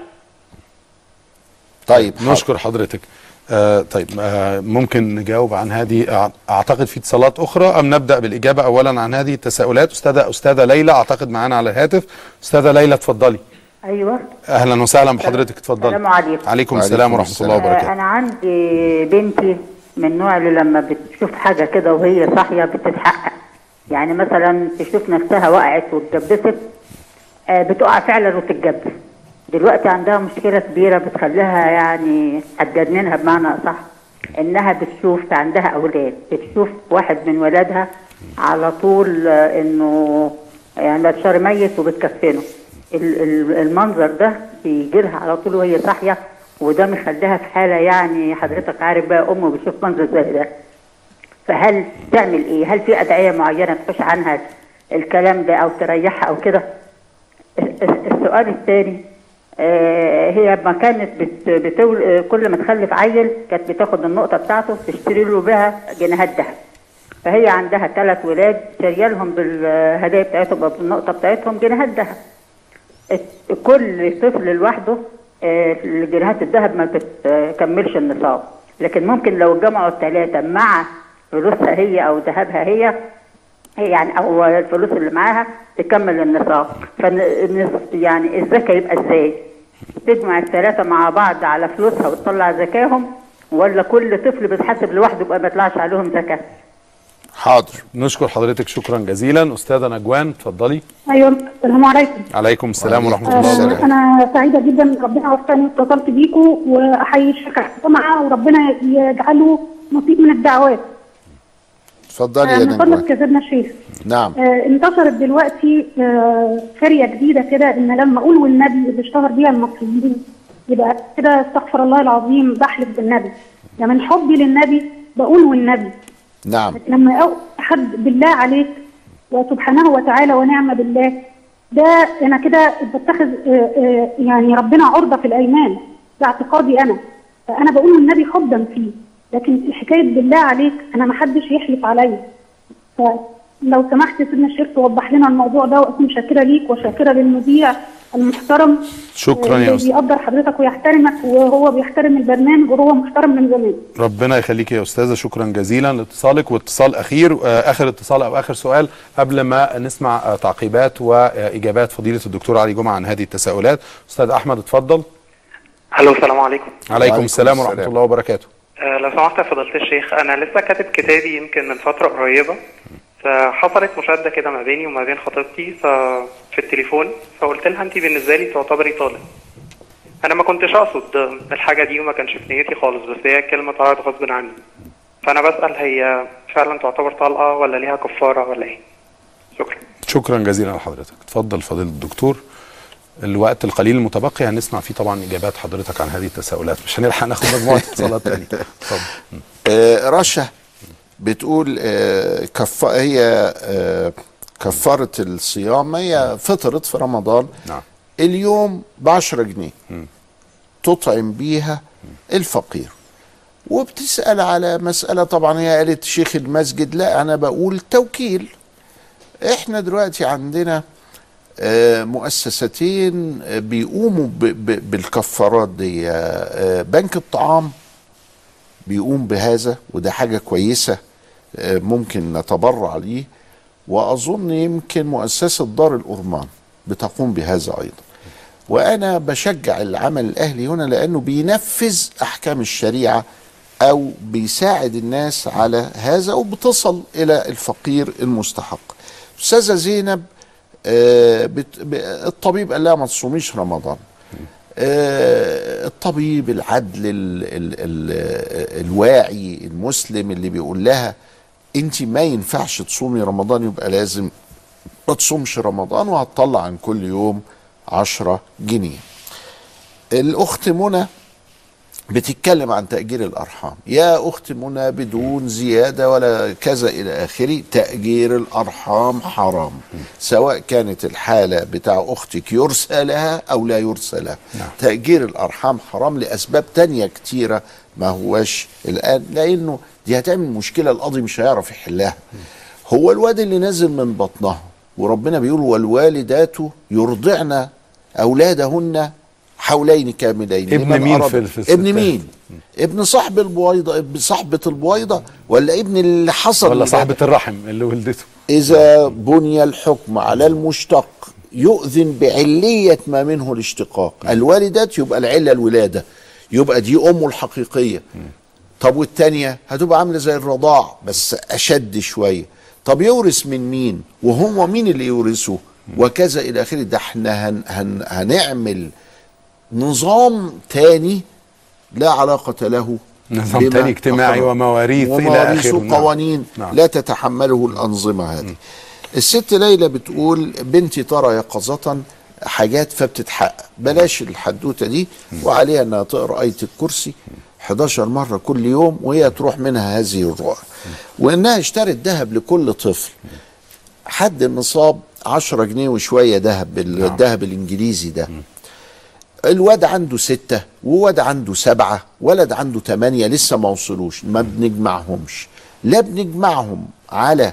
طيب نشكر حضرتك. طيب ممكن نجاوب عن هذه، اعتقد في اتصالات اخرى، ام نبدا بالاجابه اولا عن هذه التساؤلات؟ استاذه ليلى اعتقد معانا على الهاتف. استاذه ليلى اتفضلي. ايوه اهلا وسهلا بحضرتك، اتفضلي. السلام عليكم. عليكم السلام ورحمه الله وبركاته. انا عندي بنتي من النوع اللي لما بتشوف حاجه كده وهي صاحيه بتتحقق، يعني مثلا تشوف نفسها وقعت واتجبست بتقع فعلا وتتجبس. دلوقتي عندها مشكله كبيره بتخليها يعني هتجننها بمعنى اصح، انها بتشوف عندها اولاد، بتشوف واحد من ولادها على طول انه يعني بشر ميت وبتكفنه. المنظر ده بيجي لها على طول وهي صاحيه، وده مخليها في حاله يعني حضرتك عارف بقى امه بتشوف منظر زي ده. فهل تعمل ايه؟ هل في ادعيه معينه تخش عنها الكلام ده او تريحها او كده؟ السؤال الثاني، هي ما كانت كل ما تخلف عيل كانت بتاخد النقطه بتاعته تشتري له بها جنيهات ذهب. فهي عندها 3 ولاد شاريه لهم بالهدايا بتاعتهم او بالنقطه بتاعتهم جنيهات ذهب. كل طفل لوحده جنيهات الذهب ما بتكملش النصاب، لكن ممكن لو جمعوا ال3 مع فلوسها هي او ذهبها هي يعني او الفلوس اللي معاها تكمل النصاب. يعني الزكاه يبقى ازاي؟ تجمع ال3 مع بعض على فلوسها وتطلع زكاهم، ولا كل طفل بيتحاسب لوحده يبقى ما يطلعش عليهم زكاه؟ حاضر، نشكر حضرتك شكرا جزيلا. استاذه نجوان اتفضلي. ايوه السلام عليكم. عليكم السلام ورحمه الله وبركاته. انا سعيده جدا، ربنا وفقني واتصلت بيكم، واحيي الشركه الجامعه وربنا يجعله نصيب من الدعوات. اتفضلي يا نجوان. من كذبنا الشيخ. نعم. انتشرت دلوقتي فريه جديده كده، ان لما اقول والنبي اللي اشتهر بيها المصريين يبقى كده استغفر الله العظيم بحلف بالنبي، يعني من حبي للنبي بقول والنبي. نعم. لما اقول حد بالله عليك وسبحانه وتعالى ونعم بالله، ده انا كده بتخذ يعني ربنا عرضه في الايمان، ده اعتقادي انا، فانا بقول والنبي خضا فيه. لكن الحكايه بالله عليك انا ما حدش يحلف عليا، فلو سمحت سيدنا الشيخ توضح لنا الموضوع ده، واكون شاكره ليك وشاكره للمذيع المحترم. شكرا يا استاذ. بيقدر حضرتك ويحترمك، وهو بيحترم البرنامج وهو محترم من زمان. ربنا يخليك يا استاذه، شكرا جزيلا لاتصالك. واتصال اخير، اخر اتصال او اخر سؤال قبل ما نسمع تعقيبات واجابات فضيله الدكتور علي جمعه عن هذه التساؤلات. استاذ احمد اتفضل. الو السلام عليكم. عليكم السلام ورحمه الله وبركاته. لو سمحت يا فضيله الشيخ، انا لسه كاتب كتابي يمكن من فتره قريبه، فحصلت مشاده كده ما بيني وما بين خطيبتي في التليفون، فقلت لها انت بالنسبه لي تعتبري طالق. انا ما كنتش اقصد الحاجه دي وما كانش في نيتي خالص، بس هي الكلمه طلعت غصب عني. فانا بسال هي فعلا تعتبر طلقه ولا ليها كفاره ولا ايه؟ شكرا. شكرا جزيلا لحضرتك. اتفضل فضيله الدكتور. الوقت القليل المتبقي هنسمع فيه طبعا اجابات حضرتك عن هذه التساؤلات، مش هنلحق ناخد مجموعه اتصالات ثانيه. اتفضل. رشا بتقول هي كفاره الصيام، هي فطرت في رمضان. نعم. اليوم ب10 جنيه تطعم بيها الفقير، وبتسأل على مسألة. طبعا هي قالت شيخ المسجد، لا أنا بقول توكيل. احنا دلوقتي عندنا مؤسستين بيقوموا بالكفارات دي. بنك الطعام بيقوم بهذا، وده حاجة كويسة ممكن نتبرع ليه، وأظن يمكن مؤسسة دار الأورمان بتقوم بهذا أيضا. وأنا بشجع العمل الأهلي هنا لأنه بينفذ أحكام الشريعة او بيساعد الناس على هذا وبتصل الى الفقير المستحق. استاذه زينب الطبيب قال لها ما تصوميش رمضان. الطبيب العدل الواعي المسلم اللي بيقول لها انت ما ينفعش تصومي رمضان، يبقى لازم ما تصومش رمضان وهتطلع عن كل يوم 10 جنيه. الاخت منى بتتكلم عن تأجير الأرحام. يا أخت منى بدون زيادة ولا كذا إلى آخره، تأجير الأرحام حرام، سواء كانت الحالة بتاع أختك يرثى لها أو لا يرثى لها. تأجير الأرحام حرام لأسباب تانية كتيرة ما هوش الآن، لأنه دي هتعمل مشكلة القاضي مش هيعرف يحلها. هو الواد اللي نازل من بطنها وربنا بيقول والوالدات يرضعن أولادهن حولين كاملين. ابن مين في ابن مين؟ ابن صاحب البويضة، ابن صاحبة البويضة، ولا ابن اللي حصل ولا صاحبة الرحم اللي ولدته؟ إذا بني الحكم على المشتق يؤذن بعلية ما منه الاشتقاق. الوالدات يبقى العلة الولادة، يبقى دي أمه الحقيقية. طب والتانية هتبقى عاملة زي الرضاع بس أشد شوية. طب يورث من مين؟ وهو مين اللي يورثه؟ وكذا إلى آخره. ده احنا هنعمل نظام تاني لا علاقة له، نظام تاني اجتماعي ومواريث إلى آخره. قوانين لا تتحمله الأنظمة هذه. الست ليلى بتقول بنتي ترى يقظة حاجات فبتتحقق، بلاش الحدوتة دي، وعليها انها تقرأ آية الكرسي 11 مرة كل يوم وهي تروح منها هذه الرؤى، وانها اشترت ذهب لكل طفل. حد النصاب 10 جنيه وشوية ذهب، الذهب الانجليزي ده. الواد عنده 6 وواد عنده 7، ولد عنده 8 لسه ما وصلوش. ما بنجمعهمش، لا بنجمعهم على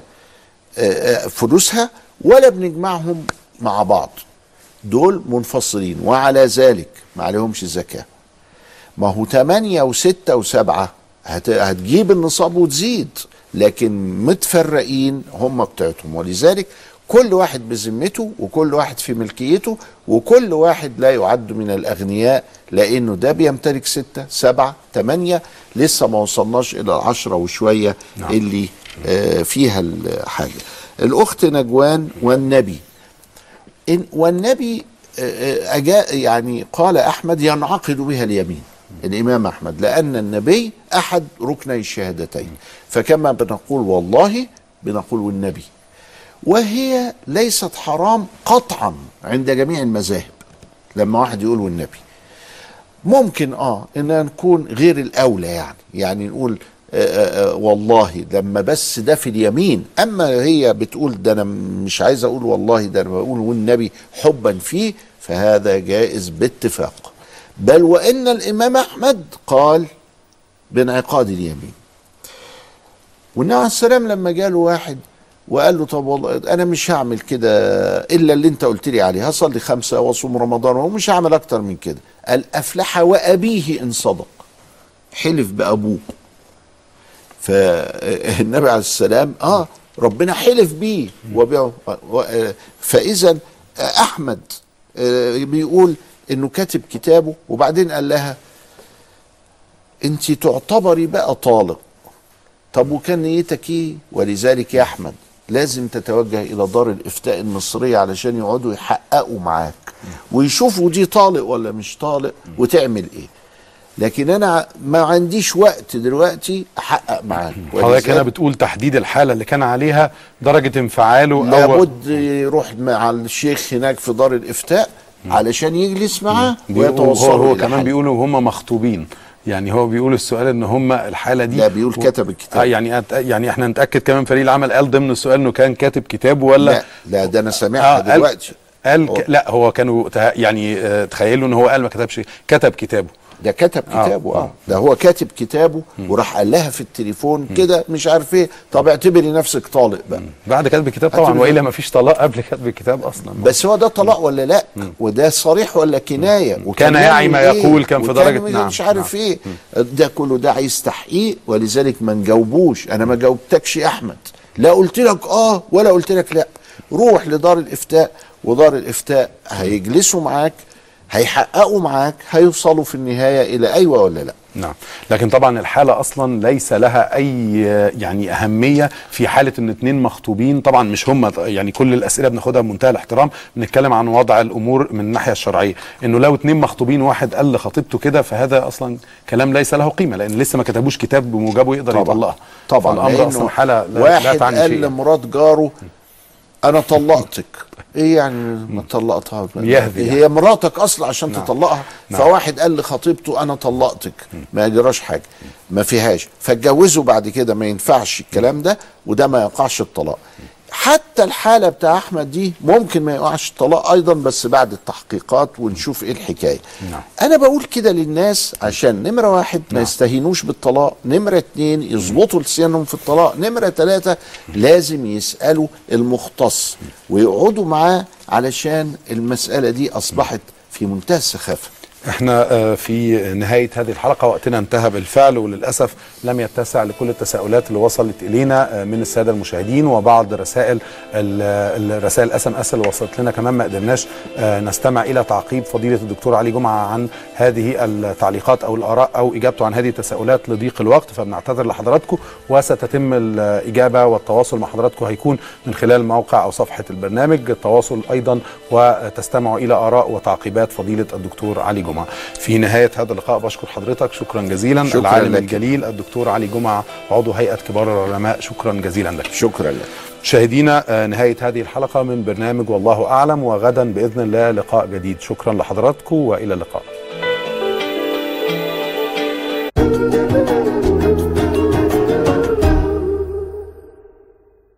فلوسها ولا بنجمعهم مع بعض، دول منفصلين، وعلى ذلك ما عليهمش زكاة. ما هو 8 و6 و7 هتجيب النصاب وتزيد، لكن متفرقين هم بتاعتهم، ولذلك كل واحد بذمته وكل واحد في ملكيته، وكل واحد لا يعد من الأغنياء، لأنه ده بيمتلك 6 7 8 لسه ما وصلناش إلى 10 وشوية اللي فيها الحاجة. الأخت نجوان والنبي يعني قال أحمد ينعقد بها اليمين، الإمام أحمد، لأن النبي أحد ركني الشهادتين، فكما بنقول والله بنقول والنبي، وهي ليست حرام قطعا عند جميع المذاهب. لما واحد يقول والنبي ممكن إننا نكون غير الأولى، يعني نقول والله لما بس ده في اليمين، أما هي بتقول ده أنا مش عايز أقول والله، ده أنا بقول والنبي حبا فيه، فهذا جائز باتفاق. بل وإن الإمام أحمد قال بانعقاد اليمين. والنبي عليه السلام لما جاله واحد وقال له طب والله انا مش هعمل كده الا اللي انت قلت لي عليه، هصلي 5 واصوم رمضان ومش هعمل اكتر من كده، قال افلح وابيه ان صدق، حلف بابوه. فالنبي عليه السلام ربنا حلف بيه وبيعه. فاذا احمد بيقول انه كاتب كتابه، وبعدين قال لها انت تعتبري بقى طالق. طب وكان نيتك ايه؟ ولذلك يا احمد لازم تتوجه الى دار الافتاء المصريه علشان يقعدوا يحققوا معاك ويشوفوا دي طالق ولا مش طالق وتعمل ايه. لكن انا ما عنديش وقت دلوقتي احقق معاك. حضرتك هنا بتقول تحديد الحاله اللي كان عليها درجه انفعاله، لابد يروح مع الشيخ هناك في دار الافتاء علشان يجلس معاه ويتوصلوا. هو كمان بيقولوا هم مخطوبين، يعني هو بيقول السؤال ان هم الحاله دي، لا بيقول كتب الكتاب. يعني احنا نتاكد كمان فريق العمل قال ضمن السؤال انه كان كاتب كتابه ولا لا ده انا سامعها دلوقتي. لا هو كانوا يعني تخيلوا ان هو قال ما كتبش، كتب كتابه. ده كتب كتابه ده هو كاتب كتابه وراح قال لها في التليفون كده مش عارف ايه، طب اعتبري نفسك طالق بقى بعد كتب الكتاب طبعا، والا ما فيش طلاق قبل كتب الكتاب اصلا. بس هو ده طلاق ولا لا؟ وده صريح ولا كنايه؟ وكان يعي ما يقول، كان في درجه مش عارف ايه. ده كله ده عايز تحقيق، ولذلك ما نجاوبوش. انا ما جاوبتكش يا احمد، لا قلت لك ولا قلت لك لا. روح لدار الافتاء، ودار الافتاء هيجلسوا معاك، هيحققوا معاك، هيوصلوا في النهايه الى ايوه ولا لا. نعم، لكن طبعا الحالة أصلا ليس لها أي يعني أهمية في حالة إن اتنين مخطوبين. طبعا مش هم يعني كل الأسئلة بناخدها بمنتهى الاحترام، بنتكلم عن وضع الأمور من الناحية الشرعية، إنه لو اتنين مخطوبين واحد قال لخطيبته كده فهذا أصلا كلام ليس له قيمة، لأن لسه ما كتبوش كتاب بموجبه يقدر يطلقها. طبعا الأمر أصلا حالة واحد قال لمرات جاره أنا طلقتك، ايه يعني ما طلقتها؟ هي مراتك اصلا عشان تطلقها. فواحد قال لخطيبته انا طلقتك، ما يجراش حاجه، ما فيهاش، فاتجوزوا بعد كده، ما ينفعش الكلام ده، وده ما يقعش الطلاق. حتى الحاله بتاع احمد دي ممكن ما يقعش الطلاق ايضا، بس بعد التحقيقات ونشوف ايه الحكايه. انا بقول كده للناس عشان نمره واحد ما يستهينوش بالطلاق، نمره اتنين يظبطوا لسانهم في الطلاق، نمره تلاته لازم يسالوا المختص ويقعدوا معاه، علشان المساله دي اصبحت في منتهى السخافه. احنا في نهاية هذه الحلقة وقتنا انتهى بالفعل، وللأسف لم يتسع لكل التساؤلات اللي وصلت إلينا من السادة المشاهدين، وبعض الرسائل SMS اللي وصلت لنا كمان ما قدرناش نستمع إلى تعقيب فضيلة الدكتور علي جمعة عن هذه التعليقات أو الآراء أو إجابته عن هذه التساؤلات لضيق الوقت، فبنعتذر لحضراتكم، وستتم الإجابة والتواصل مع حضراتكم هيكون من خلال موقع أو صفحة البرنامج، التواصل أيضا وتستمعوا إلى آراء وتعقيبات فضيلة الدكتور علي جمعة. في نهاية هذا اللقاء بشكر حضرتك شكرا جزيلا. شكرا العالم لك. الجليل الدكتور علي جمعة عضو هيئة كبار العلماء، شكرا جزيلا لك. شكرا لك. مشاهدينا نهاية هذه الحلقة من برنامج والله أعلم، وغدا بإذن الله لقاء جديد. شكرا لحضراتكم وإلى اللقاء.